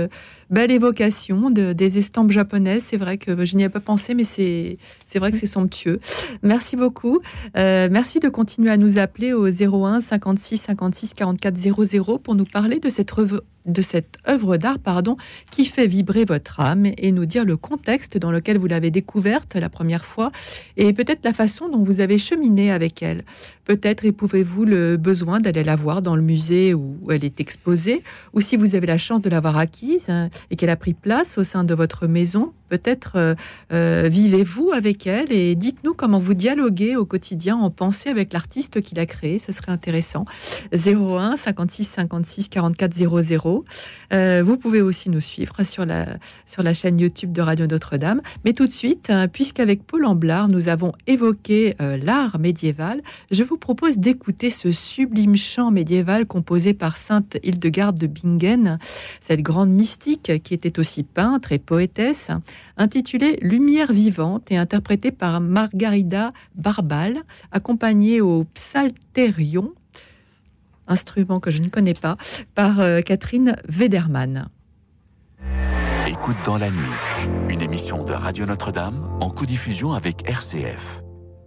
B: Belle évocation des estampes japonaises. C'est vrai que je n'y ai pas pensé, mais c'est vrai que c'est somptueux. Merci beaucoup. Merci de continuer à nous appeler au 01 56 56 44 00 pour nous parler de cette œuvre d'art, qui fait vibrer votre âme et nous dire le contexte dans lequel vous l'avez découverte la première fois et peut-être la façon dont vous avez cheminé avec elle. Peut-être éprouvez-vous le besoin d'aller la voir dans le musée où elle est exposée, ou si vous avez la chance de l'avoir acquise et qu'elle a pris place au sein de votre maison, peut-être vivez-vous avec elle et dites-nous comment vous dialoguez au quotidien en pensée avec l'artiste qui l'a créée. Ce serait intéressant. 01 56 56 44 00. Vous pouvez aussi nous suivre sur la chaîne YouTube de Radio Notre-Dame. Mais tout de suite, puisqu'avec Paul Amblard, nous avons évoqué l'art médiéval, je vous propose d'écouter ce sublime chant médiéval composé par sainte Hildegarde de Bingen, cette grande mystique qui était aussi peintre et poétesse, intitulé Lumière vivante et interprété par Margarida Barbal, accompagnée au psalterion, instrument que je ne connais pas, par Catherine Wederman.
A: Écoute dans la nuit, une émission de Radio Notre-Dame en codiffusion avec RCF.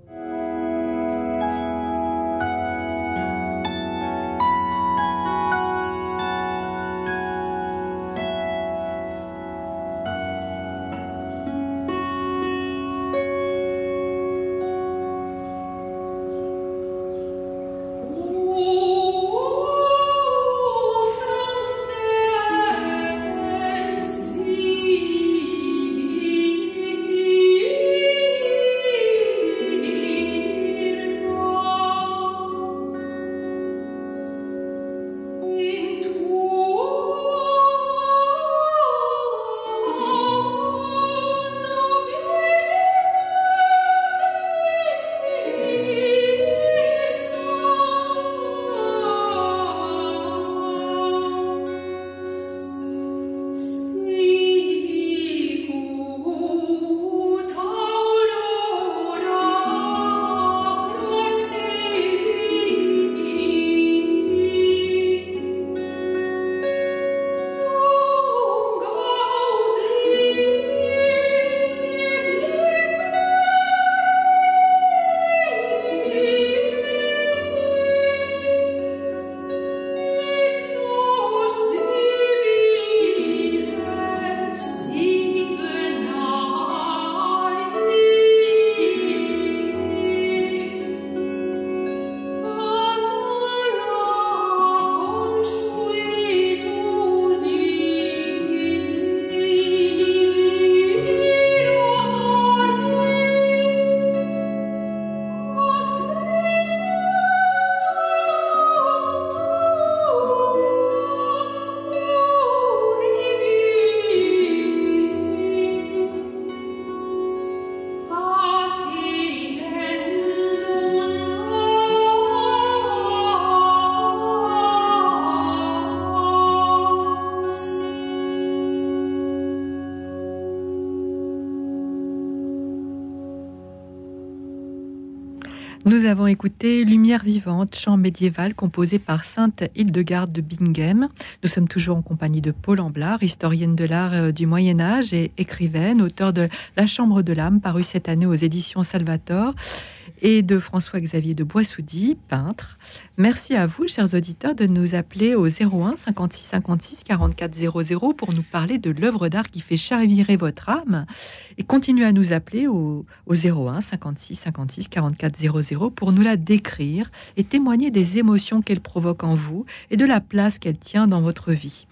B: Nous avons écouté Lumière vivante, chant médiéval composé par sainte Hildegarde de Bingen. Nous sommes toujours en compagnie de Paul Amblard, historienne de l'art du Moyen-Âge et écrivaine, auteur de La Chambre de l'âme, paru cette année aux éditions Salvator, et de François-Xavier de Boissoudy, peintre. Merci à vous, chers auditeurs, de nous appeler au 01 56 56 44 00 pour nous parler de l'œuvre d'art qui fait chavirer votre âme. Et continuez à nous appeler au 01 56 56 44 00 pour nous la décrire et témoigner des émotions qu'elle provoque en vous et de la place qu'elle tient dans votre vie.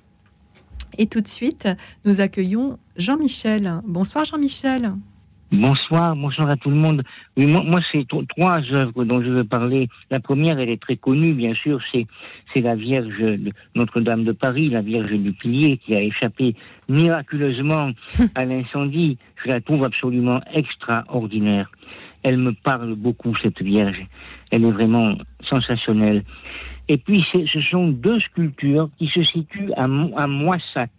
B: Et tout de suite, nous accueillons Jean-Michel. Bonsoir Jean-Michel.
M: Bonsoir à tout le monde. Oui, moi c'est trois œuvres dont je veux parler. La première, elle est très connue, bien sûr, c'est la Vierge de Notre-Dame de Paris, la Vierge du Pilier, qui a échappé miraculeusement à l'incendie. Je la trouve absolument extraordinaire. Elle me parle beaucoup, cette Vierge. Elle est vraiment sensationnelle. Et puis, ce sont deux sculptures qui se situent à Moissac.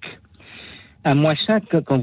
M: À Moissac, quand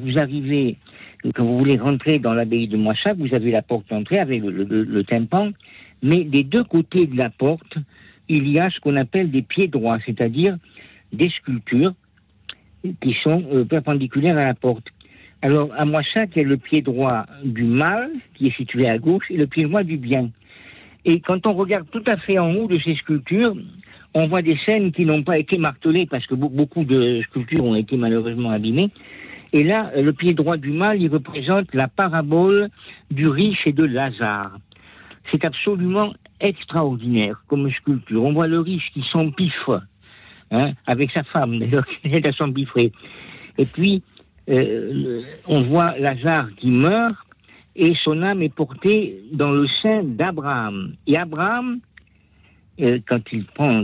M: vous voulez rentrer dans l'abbaye de Moissac, vous avez la porte d'entrée avec le tympan, mais des deux côtés de la porte, il y a ce qu'on appelle des pieds droits, c'est-à-dire des sculptures qui sont perpendiculaires à la porte. Alors, à Moissac, il y a le pied droit du mal, qui est situé à gauche, et le pied droit du bien. Et quand on regarde tout à fait en haut de ces sculptures, on voit des scènes qui n'ont pas été martelées, parce que beaucoup de sculptures ont été malheureusement abîmées. Et là, le pied droit du mal, il représente la parabole du riche et de Lazare. C'est absolument extraordinaire comme sculpture. On voit le riche qui s'empiffre, avec sa femme, d'ailleurs, qui est à s'empiffrer. Et puis, on voit Lazare qui meurt et son âme est portée dans le sein d'Abraham. Et Abraham, quand il prend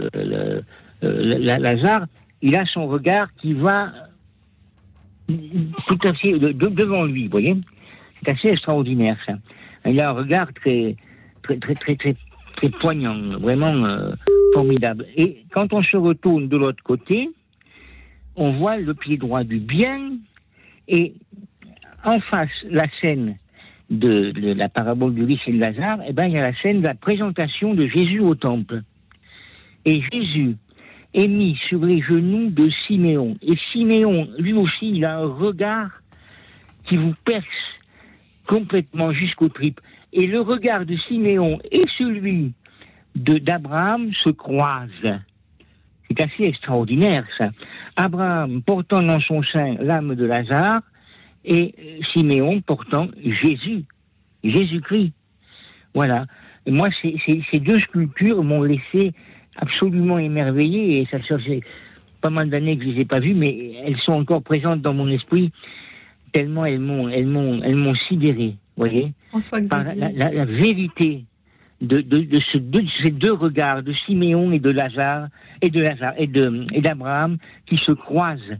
M: Lazare, il a son regard qui va tout à fait devant lui, vous voyez. C'est assez extraordinaire, ça. Il a un regard très poignant, vraiment formidable. Et quand on se retourne de l'autre côté, on voit le pied droit du bien, et en face, la scène de la parabole du riche et de Lazare, il y a la scène de la présentation de Jésus au temple. Et Jésus est mis sur les genoux de Siméon. Et Siméon, lui aussi, il a un regard qui vous perce complètement jusqu'aux tripes. Et le regard de Siméon et celui d'Abraham se croisent. C'est assez extraordinaire, ça. Abraham portant dans son sein l'âme de Lazare et Siméon portant Jésus-Christ. Voilà. Et moi, ces deux sculptures m'ont laissé absolument émerveillé, et ça fait pas mal d'années que je les ai pas vues, mais elles sont encore présentes dans mon esprit, tellement elles m'ont sidéré, vous voyez. François-Xavier. La vérité de ces deux regards de Siméon et de Lazare et d'Abraham qui se croisent,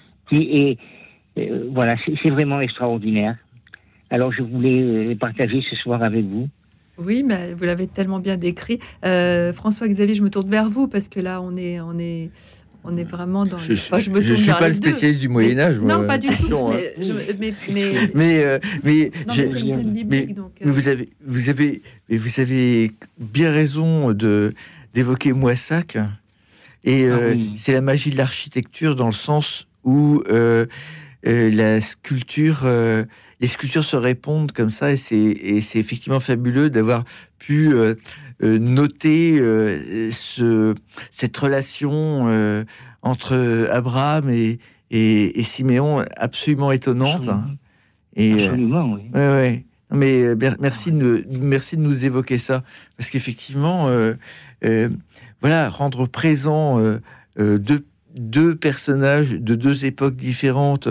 M: voilà, c'est vraiment extraordinaire. Alors je voulais les partager ce soir avec vous.
B: Oui, mais vous l'avez tellement bien décrit. François-Xavier, je me tourne vers vous parce que là, on est vraiment dans. Je ne suis pas le spécialiste du Moyen Âge. Non, pas du tout.
D: Mais vous avez bien raison d'évoquer Moissac. Et c'est la magie de l'architecture dans le sens où la sculpture. Les sculptures se répondent comme ça, et c'est effectivement fabuleux d'avoir pu noter cette relation entre Abraham et Siméon, absolument étonnante.
M: Absolument, oui.
D: Ouais. Mais merci de nous évoquer ça, parce qu'effectivement, voilà, rendre présent deux personnages de deux époques différentes.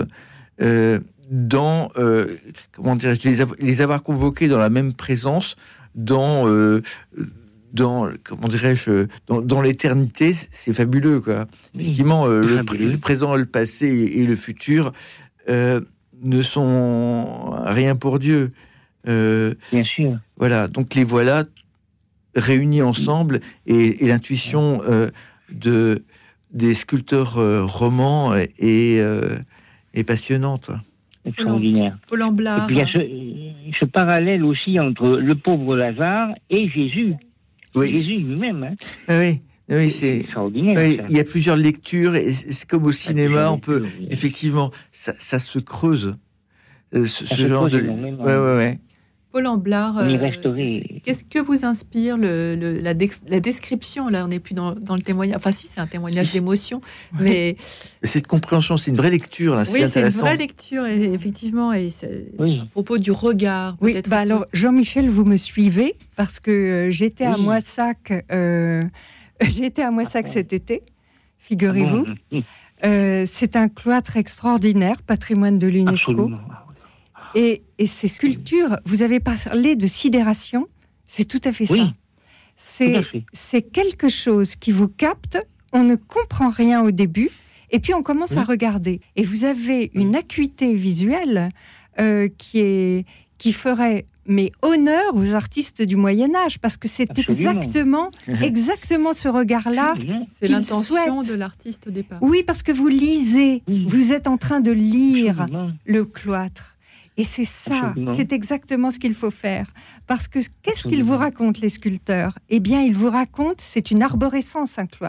D: Dans comment dirais-je, les avoir convoqués dans la même présence, dans comment dirais-je, dans l'éternité, c'est fabuleux, quoi. Effectivement, le présent, le passé et le futur ne sont rien pour Dieu.
M: Bien sûr.
D: Voilà, donc les voilà réunis ensemble, et l'intuition des sculpteurs romans est passionnante.
M: Extraordinaire.
B: Paul Amblard.
M: Et puis il y a ce parallèle aussi entre le pauvre Lazare et Jésus.
D: Oui.
M: Jésus lui-même.
D: Oui, c'est extraordinaire. Oui, il y a plusieurs lectures, et c'est comme au cinéma, on peut effectivement, ça se creuse. Ce genre de. Ouais.
B: Paul Amblard, qu'est-ce que vous inspire la description? Là, on n'est plus dans le témoignage. Enfin, si, c'est un témoignage d'émotion, mais
D: cette compréhension, c'est une vraie lecture. Là,
B: oui, c'est une vraie lecture, effectivement, et à propos du regard.
C: Oui. Alors, Jean-Michel, vous me suivez parce que j'étais à Moissac. J'étais à Moissac cet été. Figurez-vous, c'est un cloître extraordinaire, patrimoine de l'UNESCO. Absolument. Et ces sculptures, vous avez parlé de sidération, c'est tout à fait ça. C'est quelque chose qui vous capte, on ne comprend rien au début, et puis on commence à regarder. Et vous avez une acuité visuelle qui ferait honneur aux artistes du Moyen-Âge, parce que c'est exactement ce regard-là.
B: C'est l'intention de l'artiste au départ.
C: Oui, parce que vous lisez, vous êtes en train de lire le cloître. Et c'est ça, c'est exactement ce qu'il faut faire. Parce que qu'est-ce qu'ils vous racontent, les sculpteurs? Eh bien, ils vous racontent, c'est une arborescence, un cloître.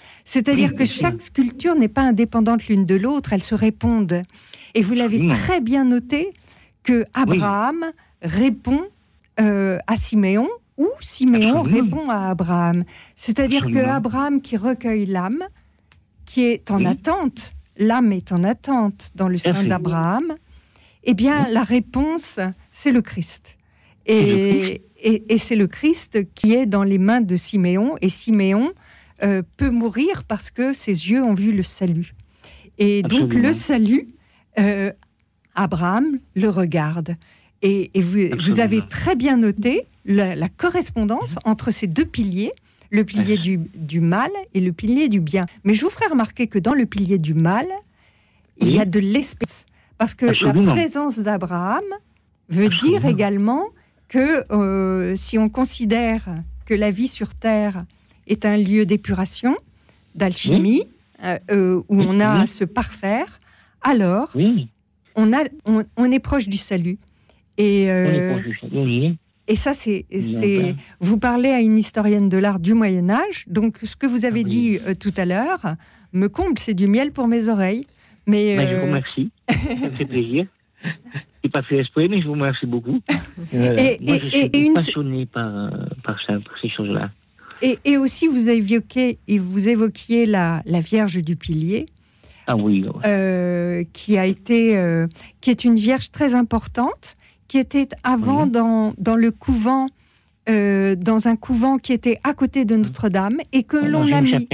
C: C'est-à-dire que chaque sculpture n'est pas indépendante l'une de l'autre, elles se répondent. Et vous l'avez très bien noté que Abraham répond à Siméon, ou Siméon répond à Abraham. C'est-à-dire que Abraham qui recueille l'âme, qui est en attente, l'âme est en attente dans le sein d'Abraham, eh bien la réponse, c'est le Christ. Et c'est le Christ qui est dans les mains de Siméon, et Siméon peut mourir parce que ses yeux ont vu le salut. Et donc le salut, Abraham le regarde. Et vous avez très bien noté la correspondance entre ces deux piliers, le pilier du mal et le pilier du bien. Mais je vous ferai remarquer que dans le pilier du mal, il y a de l'espérance. Parce que la présence d'Abraham veut dire également que si on considère que la vie sur Terre est un lieu d'épuration, d'alchimie, où on a à se parfaire, alors on est proche du salut. Et ça, c'est vous parlez à une historienne de l'art du Moyen-Âge, donc ce que vous avez dit tout à l'heure me comble, c'est du miel pour mes oreilles. Mais
M: je vous remercie, ça me fait plaisir. Je n'ai pas fait exprès, mais je vous remercie beaucoup. Moi, je suis passionné par ça, par ces choses-là.
C: Et aussi, vous évoquiez la Vierge du Pilier.
M: Ah oui.
C: Qui est une Vierge très importante, qui était avant dans le couvent, dans un couvent qui était à côté de Notre-Dame et que l'on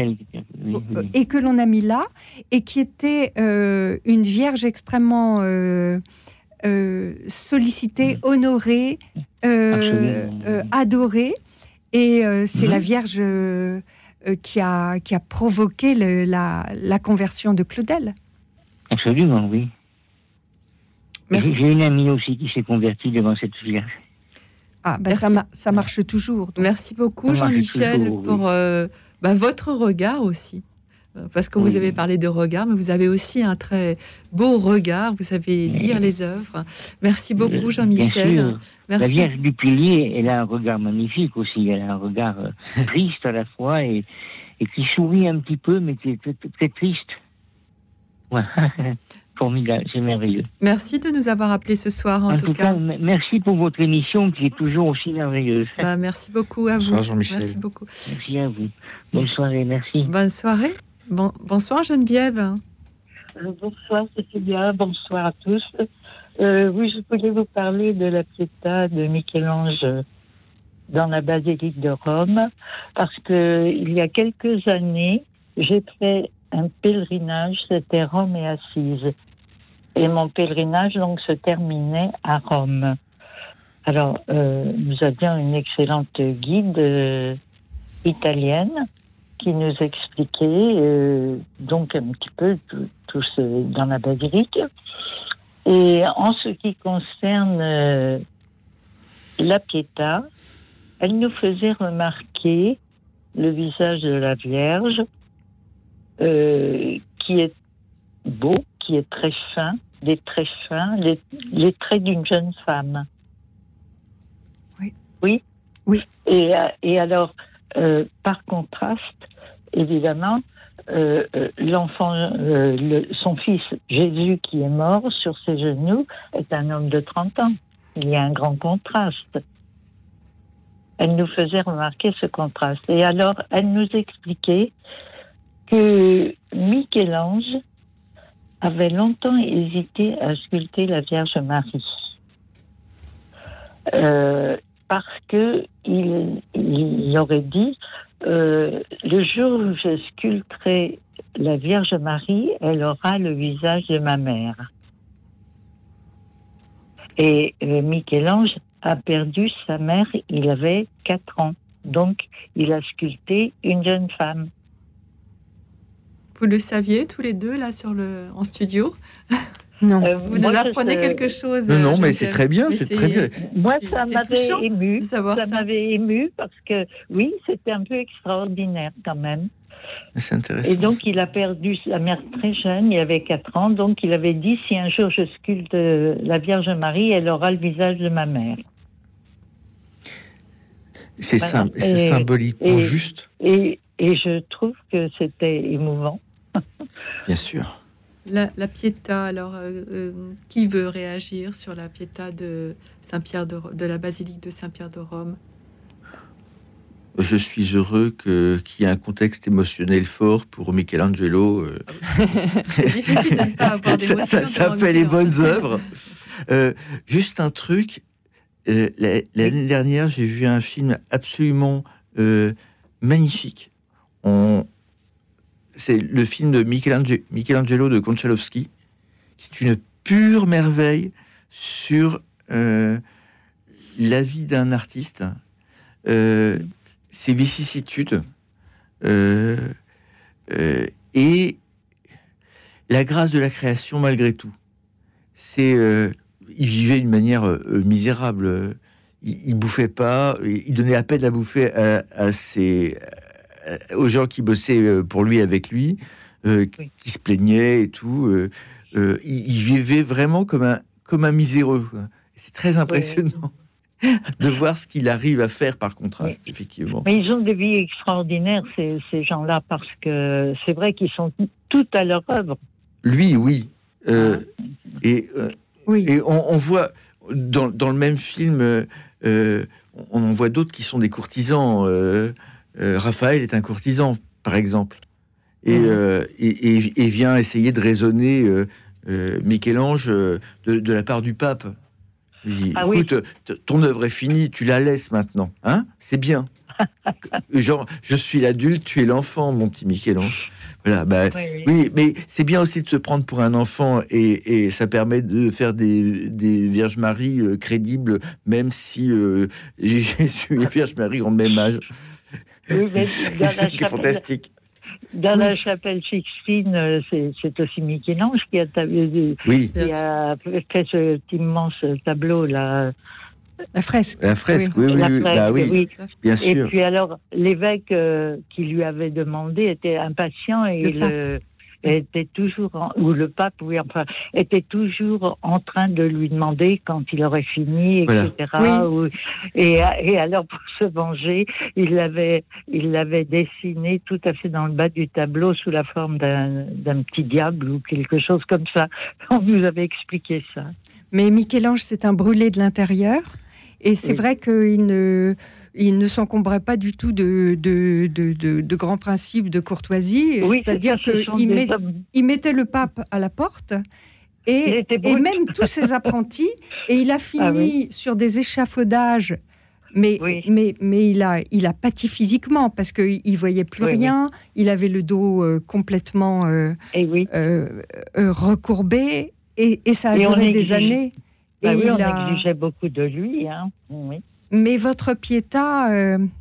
C: a mis là, et qui était une Vierge extrêmement sollicitée, honorée, adorée. Et c'est la Vierge qui a provoqué la conversion de Claudel.
M: Absolument, oui. J'ai une amie aussi qui s'est convertie devant cette Vierge.
C: Ah, ça marche toujours. Donc.
B: Merci beaucoup, Jean-Michel, pour votre regard aussi. Parce que vous avez parlé de regard, mais vous avez aussi un très beau regard. Vous savez lire les œuvres. Merci beaucoup, Jean-Michel. Merci.
M: La Vierge du Pilier, elle a un regard magnifique aussi. Elle a un regard triste à la fois et qui sourit un petit peu, mais qui est très, très triste. Ouais. Formidable, c'est merveilleux.
B: Merci de nous avoir appelés ce soir, en tout cas.
M: Merci pour votre émission qui est toujours aussi merveilleuse.
B: Merci beaucoup à vous.
D: Bonsoir, Jean-Michel.
B: Merci beaucoup.
M: Merci à vous. Bonne soirée, merci.
B: Bonne soirée. Bonsoir, Geneviève.
N: Bonsoir, Cécilia. Bonsoir à tous. Oui, je voulais vous parler de la Pietà de Michel-Ange dans la basilique de Rome, parce que il y a quelques années, j'ai fait un pèlerinage, c'était Rome et Assise. Et mon pèlerinage, donc, se terminait à Rome. Alors, nous avions une excellente guide italienne qui nous expliquait donc un petit peu tout dans la basilique. Et en ce qui concerne la Pietà, elle nous faisait remarquer le visage de la Vierge, qui est beau, qui est très fin, des traits fins, les traits d'une jeune femme. Oui. Et alors, par contraste, évidemment, l'enfant, son fils Jésus qui est mort sur ses genoux est un homme de 30 ans. Il y a un grand contraste. Elle nous faisait remarquer ce contraste. Et alors, elle nous expliquait que Michel-Ange avait longtemps hésité à sculpter la Vierge Marie. Parce que il aurait dit le jour où je sculpterai la Vierge Marie, elle aura le visage de ma mère. Et Michel-Ange a perdu sa mère, il avait 4 ans. Donc, il a sculpté une jeune femme.
B: Vous le saviez tous les deux là en studio?
C: Non.
B: Vous nous apprenez quelque chose.
D: Non, mais c'est très bien, c'est très bien.
N: Moi, ça m'avait ému.
B: Ça
N: m'avait ému parce que, oui, c'était un peu extraordinaire quand même.
D: C'est intéressant.
N: Et donc, il a perdu sa mère très jeune, il avait 4 ans. Donc, il avait dit, si un jour je sculpte la Vierge Marie, elle aura le visage de ma mère.
D: C'est symboliquement juste.
N: Et et je trouve que c'était émouvant.
D: Bien sûr.
B: La Pietà, alors, qui veut réagir sur la Pietà de Saint-Pierre de la basilique de Saint-Pierre de Rome?
D: Je suis heureux qu'il y ait un contexte émotionnel fort pour Michelangelo.
B: C'est difficile de ne pas avoir d'émotion.
D: Ça fait les bonnes œuvres. Juste un truc. L'année dernière, j'ai vu un film absolument magnifique. C'est le film de Michelangelo de Konchalovsky, qui est une pure merveille sur la vie d'un artiste, ses vicissitudes et la grâce de la création malgré tout. Il vivait d'une manière misérable. Il bouffait pas, il donnait à peine à bouffer aux gens qui bossaient pour lui, avec lui, qui se plaignaient et tout. Il vivait vraiment comme un miséreux. C'est très impressionnant de voir ce qu'il arrive à faire par contraste, effectivement.
N: Mais ils ont des vies extraordinaires, ces gens-là, parce que c'est vrai qu'ils sont tout à leur œuvre.
D: Lui, oui. Et on voit dans le même film, on en voit d'autres qui sont des courtisans. Raphaël est un courtisan, par exemple, et vient essayer de raisonner Michel-Ange de la part du pape. Il dit, écoute, ton œuvre est finie, tu la laisses maintenant, hein? C'est bien. Genre, je suis l'adulte, tu es l'enfant, mon petit Michel-Ange. Voilà, oui, mais c'est bien aussi de se prendre pour un enfant, et ça permet de faire des Vierges Marie crédibles, même si Jésus et Vierge Marie ont le même âge.
N: Oui, mais
D: c'est fantastique.
N: Dans la chapelle Sixtine, c'est aussi Michel-Ange qui a fait cet immense tableau là.
C: La fresque.
D: La fresque, oui. Bien sûr.
N: Et puis alors, l'évêque qui lui avait demandé était impatient, et était toujours, ou le pape, était toujours en train de lui demander quand il aurait fini, etc. Et alors, pour se venger, il l'avait dessiné tout à fait dans le bas du tableau sous la forme d'un petit diable ou quelque chose comme ça. On nous avait expliqué ça.
C: Mais Michel-Ange, c'est un brûlé de l'intérieur, et c'est vrai qu'il ne s'encombrait pas du tout de grands principes de courtoisie. C'est-à-dire qu'il mettait le pape à la porte, et même tous ses apprentis, et il a fini sur des échafaudages. Mais il a pâti physiquement, parce qu'il voyait plus rien. Il avait le dos complètement recourbé. Et ça a duré des années.
N: On exigeait beaucoup de lui. Hein. Oui.
C: Mais votre Pietà,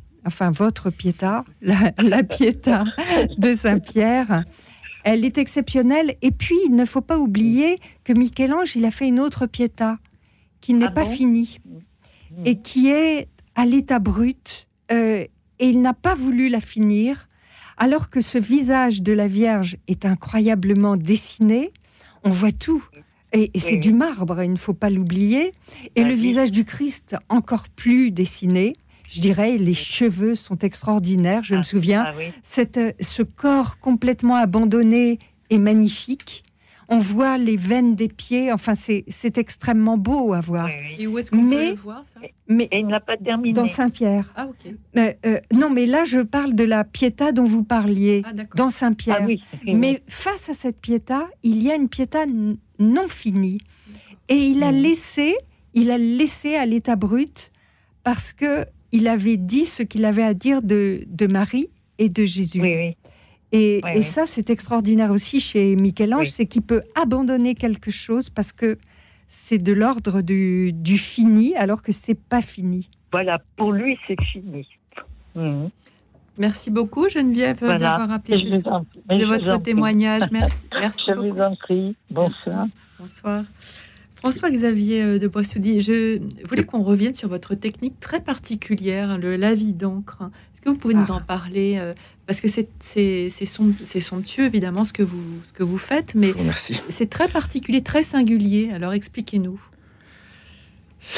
C: la Pietà de Saint-Pierre, elle est exceptionnelle. Et puis, il ne faut pas oublier que Michel-Ange, il a fait une autre Pietà qui n'est pas finie et qui est à l'état brut. Et il n'a pas voulu la finir, alors que ce visage de la Vierge est incroyablement dessiné. On voit tout. Et c'est du marbre, il ne faut pas l'oublier. Et le visage du Christ, encore plus dessiné. Je dirais, les cheveux sont extraordinaires. Je me souviens, ce corps complètement abandonné est magnifique. On voit les veines des pieds. Enfin, c'est extrêmement beau à voir.
B: Et où est-ce qu'on peut le voir, ça?
C: Mais
N: il n'a pas terminé.
C: Dans Saint-Pierre.
B: Ah, ok.
C: Non, mais là, je parle de la Pietà dont vous parliez, dans Saint-Pierre. Mais face à cette Pietà, il y a une Pietà non finie. Et il a laissé à l'état brut, parce que il avait dit ce qu'il avait à dire de Marie et de Jésus. Et ça, c'est extraordinaire aussi chez Michel-Ange, c'est qu'il peut abandonner quelque chose parce que c'est de l'ordre du fini, alors que c'est pas fini.
N: Voilà, pour lui, c'est fini.
B: Merci beaucoup, Geneviève, d'avoir appelé de votre témoignage. Merci
N: je beaucoup. Vous en prie. Bonsoir.
B: Bonsoir. François-Xavier de Boissoudy, je voulais qu'on revienne sur votre technique très particulière, le lavis d'encre. Est-ce que vous pouvez nous en parler? Parce que c'est somptueux, évidemment, ce que vous faites, mais c'est très particulier, très singulier. Alors, expliquez-nous.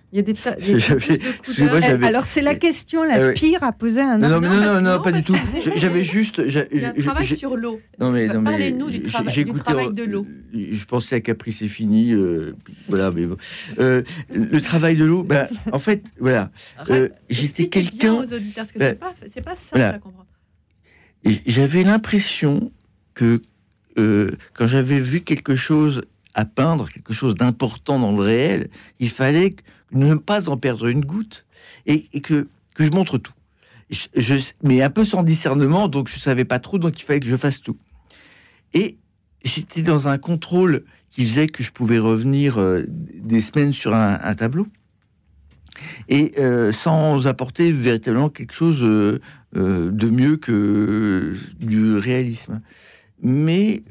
B: Il y a des
C: Alors, c'est la question la pire à poser à un homme.
D: Non, pas du tout. J'avais juste...
B: Il y a un travail sur l'eau. Parlez-nous du travail de l'eau.
D: Je pensais à Capri, c'est fini. Voilà, mais bon. Le travail de l'eau, en fait, voilà. J'étais quelqu'un...
B: aux auditeurs, parce que c'est pas simple à comprendre.
D: J'avais l'impression que quand j'avais vu quelque chose à peindre, quelque chose d'important dans le réel, il fallait ne pas en perdre une goutte et que je montre tout. Mais un peu sans discernement, donc je savais pas trop, donc il fallait que je fasse tout. Et j'étais dans un contrôle qui faisait que je pouvais revenir des semaines sur un tableau et sans apporter véritablement quelque chose de mieux que du réalisme. Mais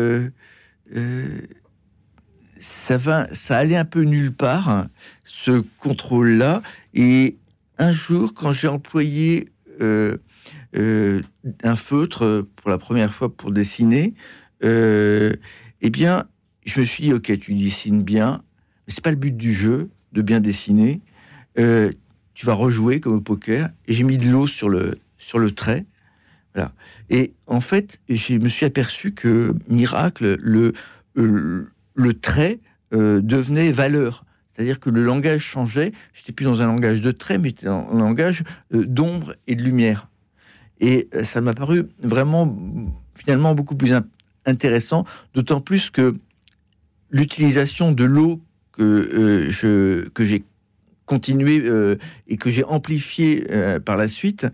D: ça allait un peu nulle part, ce contrôle-là. Et un jour, quand j'ai employé un feutre pour la première fois pour dessiner, eh bien, je me suis dit, ok, tu dessines bien, mais c'est pas le but du jeu de bien dessiner. Tu vas rejouer comme au poker. Et j'ai mis de l'eau sur le trait. Voilà. Et en fait, je me suis aperçu que, miracle, le trait devenait valeur. C'est-à-dire que le langage changeait. J'étais plus dans un langage de trait, mais j'étais dans un langage d'ombre et de lumière. Et ça m'a paru vraiment, finalement, beaucoup plus intéressant, d'autant plus que l'utilisation de l'eau que j'ai continué et que j'ai amplifié par la suite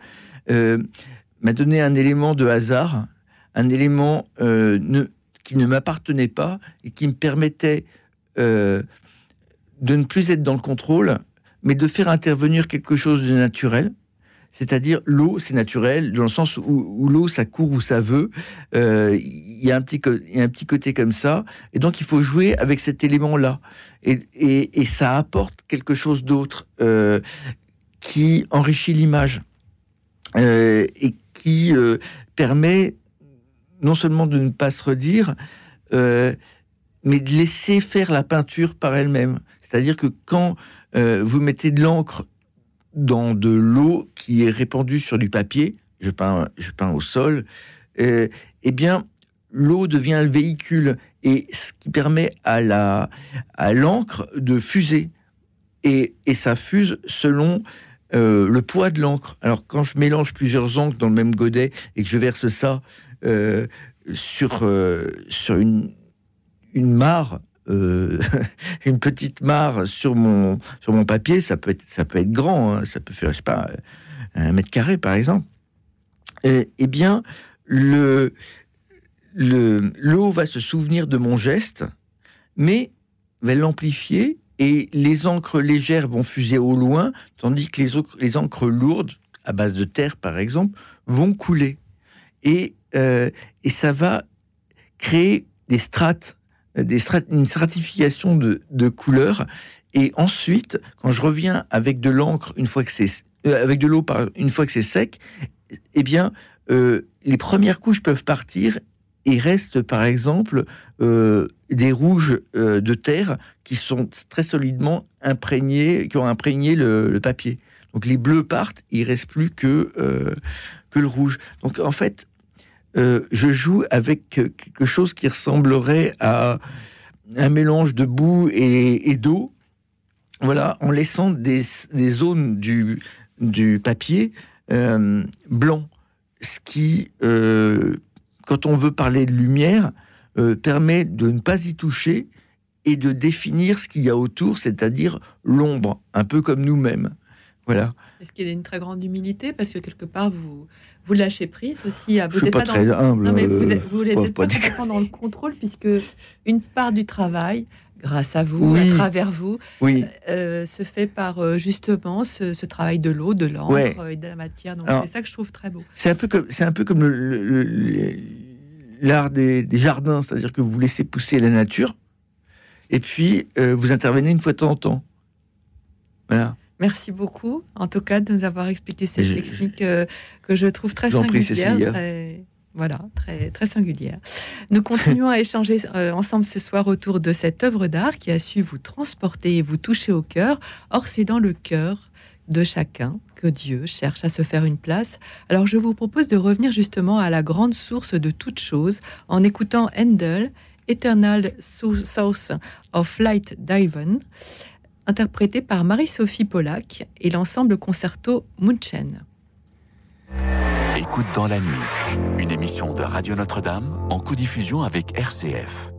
D: m'a donné un élément de hasard, un élément qui ne m'appartenait pas et qui me permettait de ne plus être dans le contrôle, mais de faire intervenir quelque chose de naturel. C'est-à-dire, l'eau, c'est naturel, dans le sens où l'eau, ça court où ça veut. Il y a un petit côté comme ça. Et donc, il faut jouer avec cet élément-là. Et ça apporte quelque chose d'autre qui enrichit l'image. Et qui permet non seulement de ne pas se redire, mais de laisser faire la peinture par elle-même. C'est-à-dire que quand vous mettez de l'encre dans de l'eau qui est répandue sur du papier, je peins au sol, eh bien, l'eau devient le véhicule, et ce qui permet à l'encre de fuser. Et ça fuse selon le poids de l'encre. Alors, quand je mélange plusieurs encres dans le même godet et que je verse ça sur une mare, une petite mare sur mon papier, ça peut être grand, hein, ça peut faire, je sais pas, 1 mètre carré par exemple. Eh bien, l'eau va se souvenir de mon geste, mais va l'amplifier, et les encres légères vont fuser au loin, tandis que les encres lourdes, à base de terre par exemple, vont couler. Et ça va créer des strates, une stratification de couleurs. Et ensuite, quand je reviens avec de l'encre avec de l'eau une fois que c'est sec, eh bien, les premières couches peuvent partir et reste par exemple des rouges de terre qui sont très solidement imprégnés, qui ont imprégné le papier. Donc les bleus partent, il reste plus que le rouge. Donc en fait, je joue avec quelque chose qui ressemblerait à un mélange de boue et d'eau, voilà, en laissant des zones du papier blanc, ce qui, quand on veut parler de lumière, permet de ne pas y toucher et de définir ce qu'il y a autour, c'est-à-dire l'ombre, un peu comme nous-mêmes. Voilà.
B: Est-ce qu'il y a une très grande humilité, parce que quelque part vous lâchez prise aussi.
D: Je suis pas très humble.
B: Non, mais vous n'êtes pas complètement dans le contrôle, puisque une part du travail, grâce à vous, à travers vous, se fait par justement ce travail de l'eau, de l'encre et de la matière. Donc alors, c'est ça que je trouve très beau.
D: C'est un peu comme l'art des jardins, c'est-à-dire que vous laissez pousser la nature, et puis vous intervenez une fois de temps en temps. Voilà.
B: Merci beaucoup, en tout cas, de nous avoir expliqué cette technique que je trouve très singulière, Voilà, très, très singulière. Nous continuons à échanger ensemble ce soir autour de cette œuvre d'art qui a su vous transporter et vous toucher au cœur. Or, c'est dans le cœur de chacun que Dieu cherche à se faire une place. Alors, je vous propose de revenir justement à la grande source de toute chose en écoutant Handel, Eternal Source of Light Divine, interprété par Marie-Sophie Pollack et l'ensemble concerto Munchen.
A: Écoute dans la nuit, une émission de Radio Notre-Dame en codiffusion avec RCF.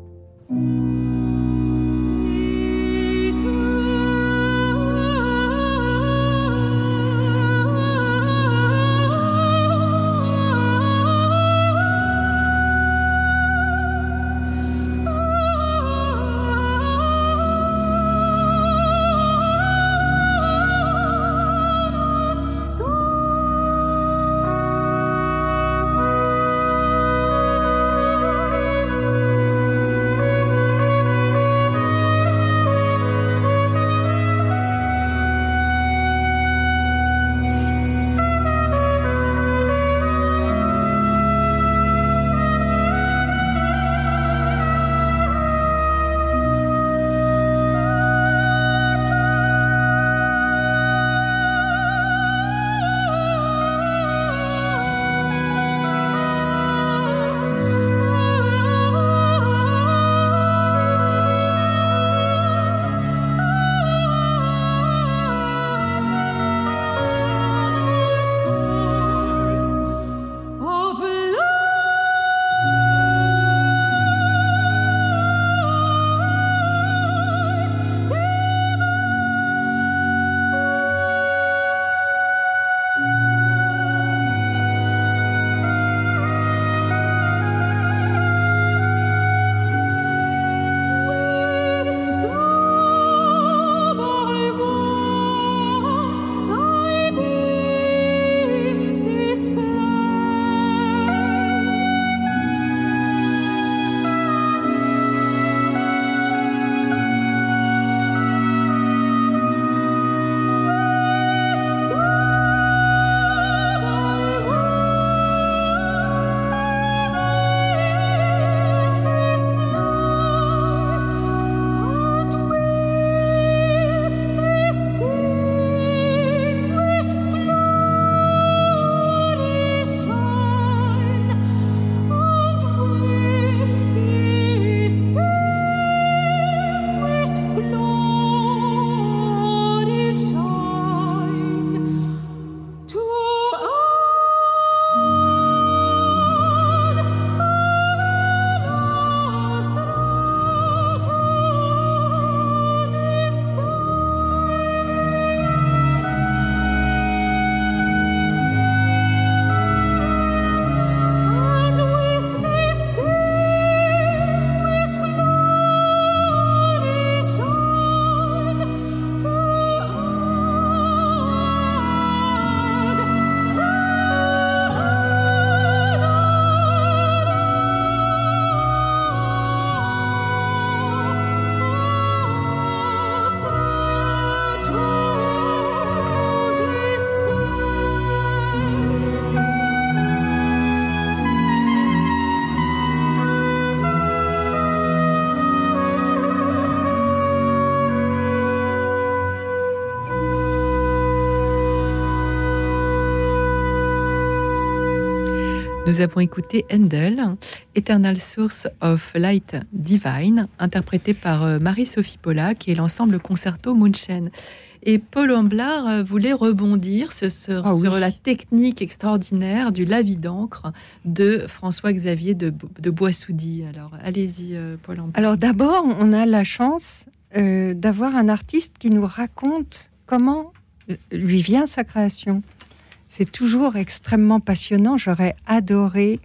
B: Nous avons écouté Handel, Eternal Source of Light Divine, interprété par Marie-Sophie Pollack et l'ensemble concerto Munchen. Et Paul Amblard voulait rebondir sur la technique extraordinaire du lavis d'encre de François-Xavier de Boissoudy. Alors, allez-y, Paul Amblard.
C: Alors d'abord, on a la chance d'avoir un artiste qui nous raconte comment lui vient sa création. C'est toujours extrêmement passionnant. J'aurais adoré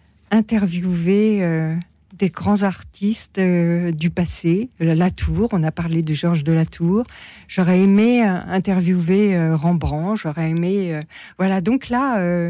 C: interviewer des grands artistes du passé. Latour, on a parlé de Georges de Latour. J'aurais aimé interviewer Rembrandt. J'aurais aimé... voilà, donc là,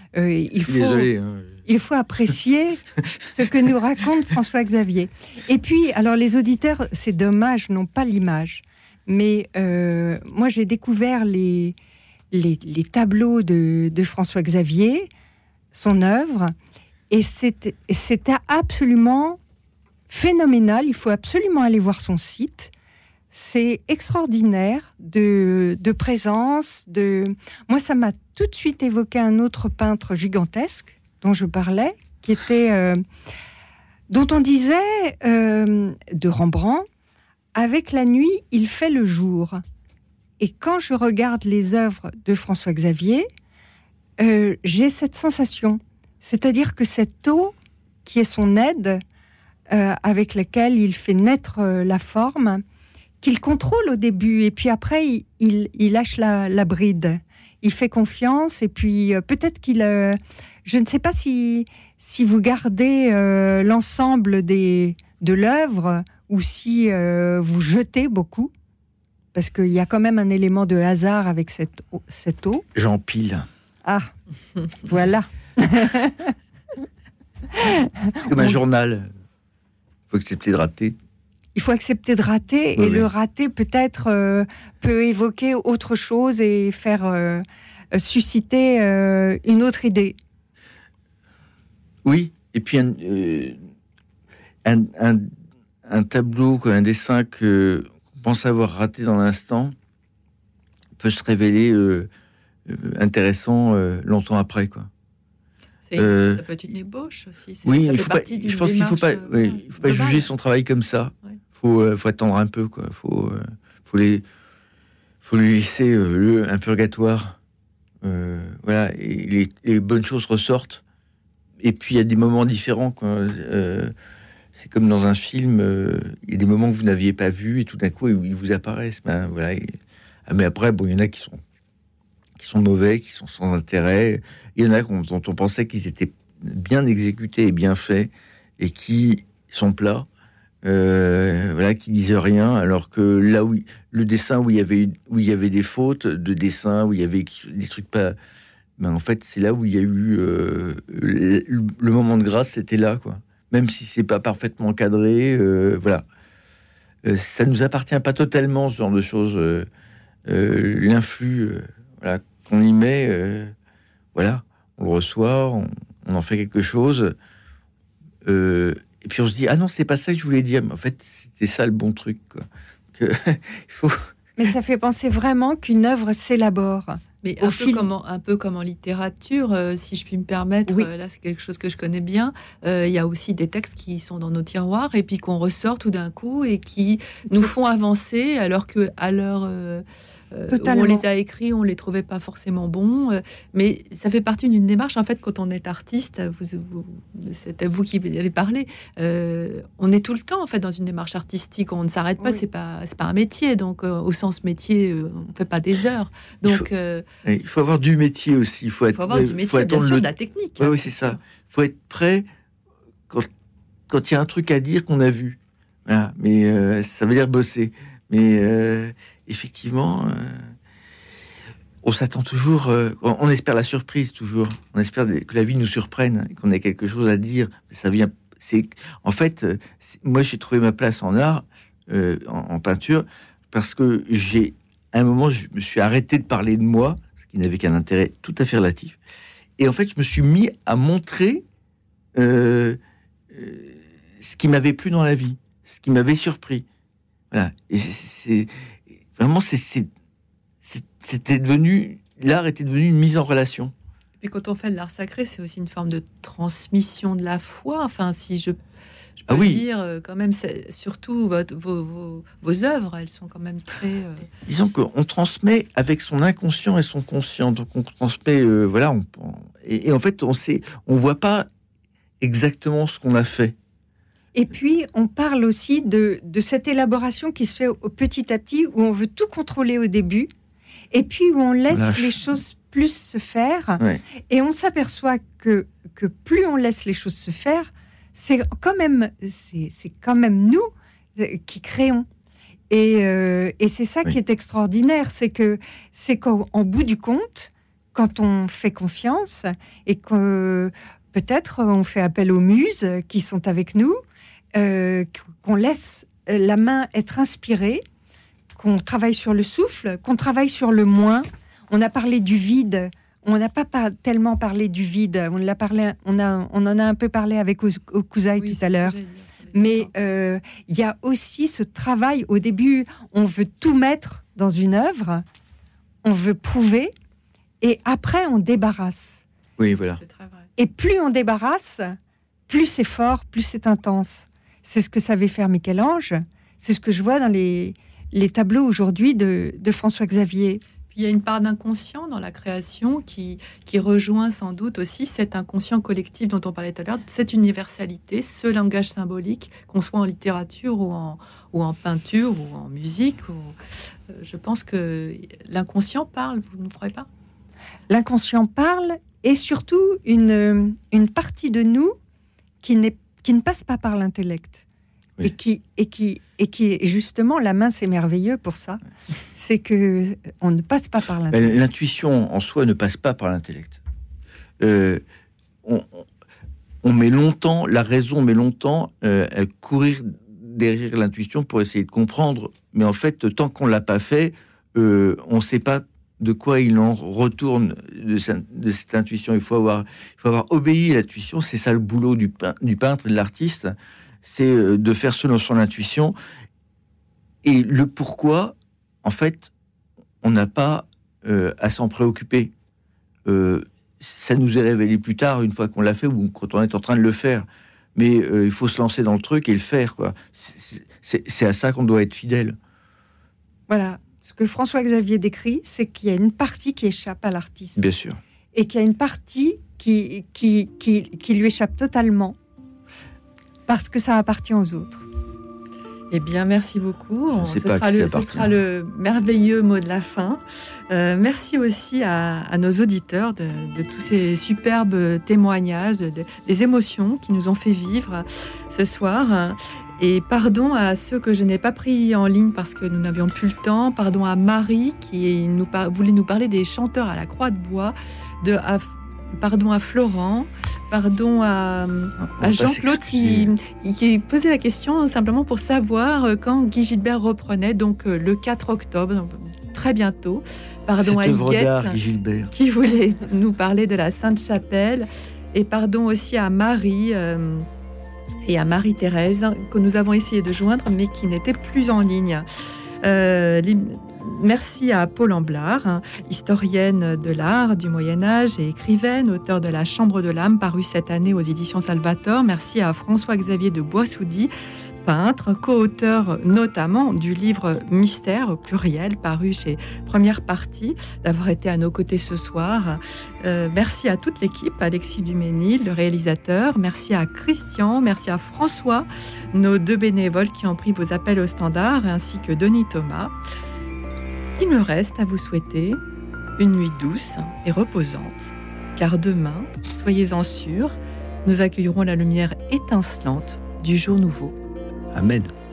C: il faut apprécier ce que nous raconte François-Xavier. Et puis, alors les auditeurs, c'est dommage, n'ont pas l'image. Mais moi, j'ai découvert les tableaux de François-Xavier, son œuvre, Et c'était absolument phénoménal. Il faut absolument aller voir son site. C'est extraordinaire de présence. Moi, ça m'a tout de suite évoqué un autre peintre gigantesque dont je parlais, qui était, dont on disait, de Rembrandt, avec la nuit, il fait le jour. Et quand je regarde les œuvres de François Xavier, j'ai cette sensation. C'est-à-dire que cette eau, qui est son aide, avec laquelle il fait naître la forme, qu'il contrôle au début, et puis après, il lâche la bride. Il fait confiance, et puis peut-être qu'il... je ne sais pas si vous gardez l'ensemble de l'œuvre, ou si vous jetez beaucoup, parce qu'il y a quand même un élément de hasard avec cette eau.
D: J'empile.
C: Ah, voilà.
D: C'est comme un journal. Il faut accepter de rater.
C: Il faut accepter de rater, et le rater peut-être peut évoquer autre chose et faire susciter une autre idée.
D: Oui, et puis un tableau, un dessin qu'on pense avoir raté dans l'instant peut se révéler intéressant longtemps après, quoi.
B: Ça peut être une ébauche aussi.
D: Oui, je pense qu'il ne faut pas juger son travail comme ça. Il faut attendre un peu, quoi. Faut lui laisser un purgatoire. Voilà, et les bonnes choses ressortent. Et puis il y a des moments différents, quoi. C'est comme dans un film, il y a des moments que vous n'aviez pas vus et tout d'un coup ils vous apparaissent. Voilà. Mais après, il y en a qui sont mauvais, qui sont sans intérêt. Il y en a dont on pensait qu'ils étaient bien exécutés et bien faits, et qui sont plats, qui disent rien, alors que là où le dessin où il y avait des fautes de dessin, où il y avait des trucs pas, en fait c'est là où il y a eu le moment de grâce, c'était là, quoi. Même si c'est pas parfaitement cadré, voilà. Ça nous appartient pas totalement, ce genre de choses. L'influx, voilà, qu'on y met, voilà, on le reçoit, on en fait quelque chose, et puis on se dit ah non, c'est pas ça que je voulais dire, mais en fait c'était ça le bon truc, quoi. Il faut.
C: Mais ça fait penser vraiment qu'une œuvre s'élabore.
B: Mais un peu comme en littérature, si je puis me permettre, là c'est quelque chose que je connais bien. Il y a aussi des textes qui sont dans nos tiroirs et puis qu'on ressort tout d'un coup et qui nous font avancer, alors que à l'heure où on les a écrits, on les trouvait pas forcément bons. Mais ça fait partie d'une démarche. En fait, quand on est artiste, c'était vous qui allez parler. On est tout le temps en fait dans une démarche artistique. On ne s'arrête pas. C'est pas un métier. Donc au sens métier, on fait pas des heures. Donc
D: il faut avoir du métier aussi. Il faut
B: avoir du métier, bien sûr, de la technique.
D: Oui, c'est ça. Il faut être prêt quand il y a un truc à dire qu'on a vu. Voilà. Mais ça veut dire bosser. Mais effectivement, on s'attend toujours. On espère la surprise toujours. On espère que la vie nous surprenne, qu'on ait quelque chose à dire. Ça vient. En fait, moi j'ai trouvé ma place en art, en peinture, parce que à un moment, je me suis arrêté de parler de moi, ce qui n'avait qu'un intérêt tout à fait relatif. Et en fait, je me suis mis à montrer ce qui m'avait plu dans la vie, ce qui m'avait surpris. Voilà. Et c'était devenu, l'art était devenu une mise en relation.
B: Et puis quand on fait de l'art sacré, c'est aussi une forme de transmission de la foi. Enfin, si je peux dire, quand même, surtout vos œuvres, elles sont quand même très...
D: Disons qu'on transmet avec son inconscient et son conscient. Donc on transmet, et en fait, on voit pas exactement ce qu'on a fait.
C: Et puis, on parle aussi de cette élaboration qui se fait petit à petit, où on veut tout contrôler au début, et puis où on laisse les choses plus se faire. Ouais. Et on s'aperçoit que plus on laisse les choses se faire, c'est quand même nous qui créons. Et c'est ça qui est extraordinaire, c'est qu'en bout du compte, quand on fait confiance et que peut-être on fait appel aux muses qui sont avec nous, qu'on laisse la main être inspirée, qu'on travaille sur le souffle, qu'on travaille sur le moins. On a parlé du vide. on n'a pas tellement parlé du vide. On en a un peu parlé avec Okuzai tout à l'heure. Mais il y a aussi ce travail. Au début, on veut tout mettre dans une œuvre, on veut prouver, et après on débarrasse.
D: Oui, voilà.
C: Et plus on débarrasse, plus c'est fort, plus c'est intense. C'est ce que savait faire Michel-Ange. C'est ce que je vois dans les tableaux aujourd'hui de François Xavier.
B: Il y a une part d'inconscient dans la création qui rejoint sans doute aussi cet inconscient collectif dont on parlait tout à l'heure, cette universalité, ce langage symbolique, qu'on soit en littérature ou en peinture ou en musique. Je pense que l'inconscient parle, vous ne croyez pas ?
C: L'inconscient parle, et surtout une partie de nous qui ne passe pas par l'intellect. Oui. Et qui justement, la main, c'est merveilleux pour ça. C'est que on ne passe pas par l'intellect.
D: L'intuition en soi ne passe pas par l'intellect. On met longtemps, la raison met longtemps à courir derrière l'intuition pour essayer de comprendre. Mais en fait, tant qu'on l'a pas fait, on ne sait pas de quoi il en retourne de cette intuition. Il faut avoir obéi à l'intuition. C'est ça le boulot du peintre et de l'artiste. C'est de faire selon son intuition. Et le pourquoi, en fait, on n'a pas à s'en préoccuper. Ça nous est révélé plus tard, une fois qu'on l'a fait, ou quand on est en train de le faire. Mais il faut se lancer dans le truc et le faire, quoi. C'est à ça qu'on doit être fidèle.
C: Voilà. Ce que François Xavier décrit, c'est qu'il y a une partie qui échappe à l'artiste.
D: Bien sûr.
C: Et qu'il y a une partie qui lui échappe totalement, parce que ça appartient aux autres.
B: Eh bien, merci beaucoup. Ce sera le merveilleux mot de la fin. Merci aussi à nos auditeurs de tous ces superbes témoignages, des émotions qui nous ont fait vivre ce soir. Et pardon à ceux que je n'ai pas pris en ligne parce que nous n'avions plus le temps. Pardon à Marie qui voulait nous parler des chanteurs à la Croix de Bois. Pardon à Florent. Pardon à Jean-Claude qui posait la question simplement pour savoir quand Guy Gilbert reprenait, donc le 4 octobre, donc très bientôt. Pardon à Huguette qui voulait nous parler de la Sainte-Chapelle. Et pardon aussi à Marie et à Marie-Thérèse que nous avons essayé de joindre mais qui n'étaient plus en ligne. Merci à Paul Amblard, historienne de l'art du Moyen-Âge et écrivaine, auteur de La Chambre de l'âme, paru cette année aux éditions Salvator. Merci à François-Xavier de Boissoudy, peintre, co-auteur notamment du livre Mystère au pluriel, paru chez Première Partie, d'avoir été à nos côtés ce soir. Merci à toute l'équipe, Alexis Duménil, le réalisateur. Merci à Christian, merci à François, nos deux bénévoles qui ont pris vos appels au standard, ainsi que Denis Thomas. Il me reste à vous souhaiter une nuit douce et reposante, car demain, soyez-en sûrs, nous accueillerons la lumière étincelante du jour nouveau.
D: Amen.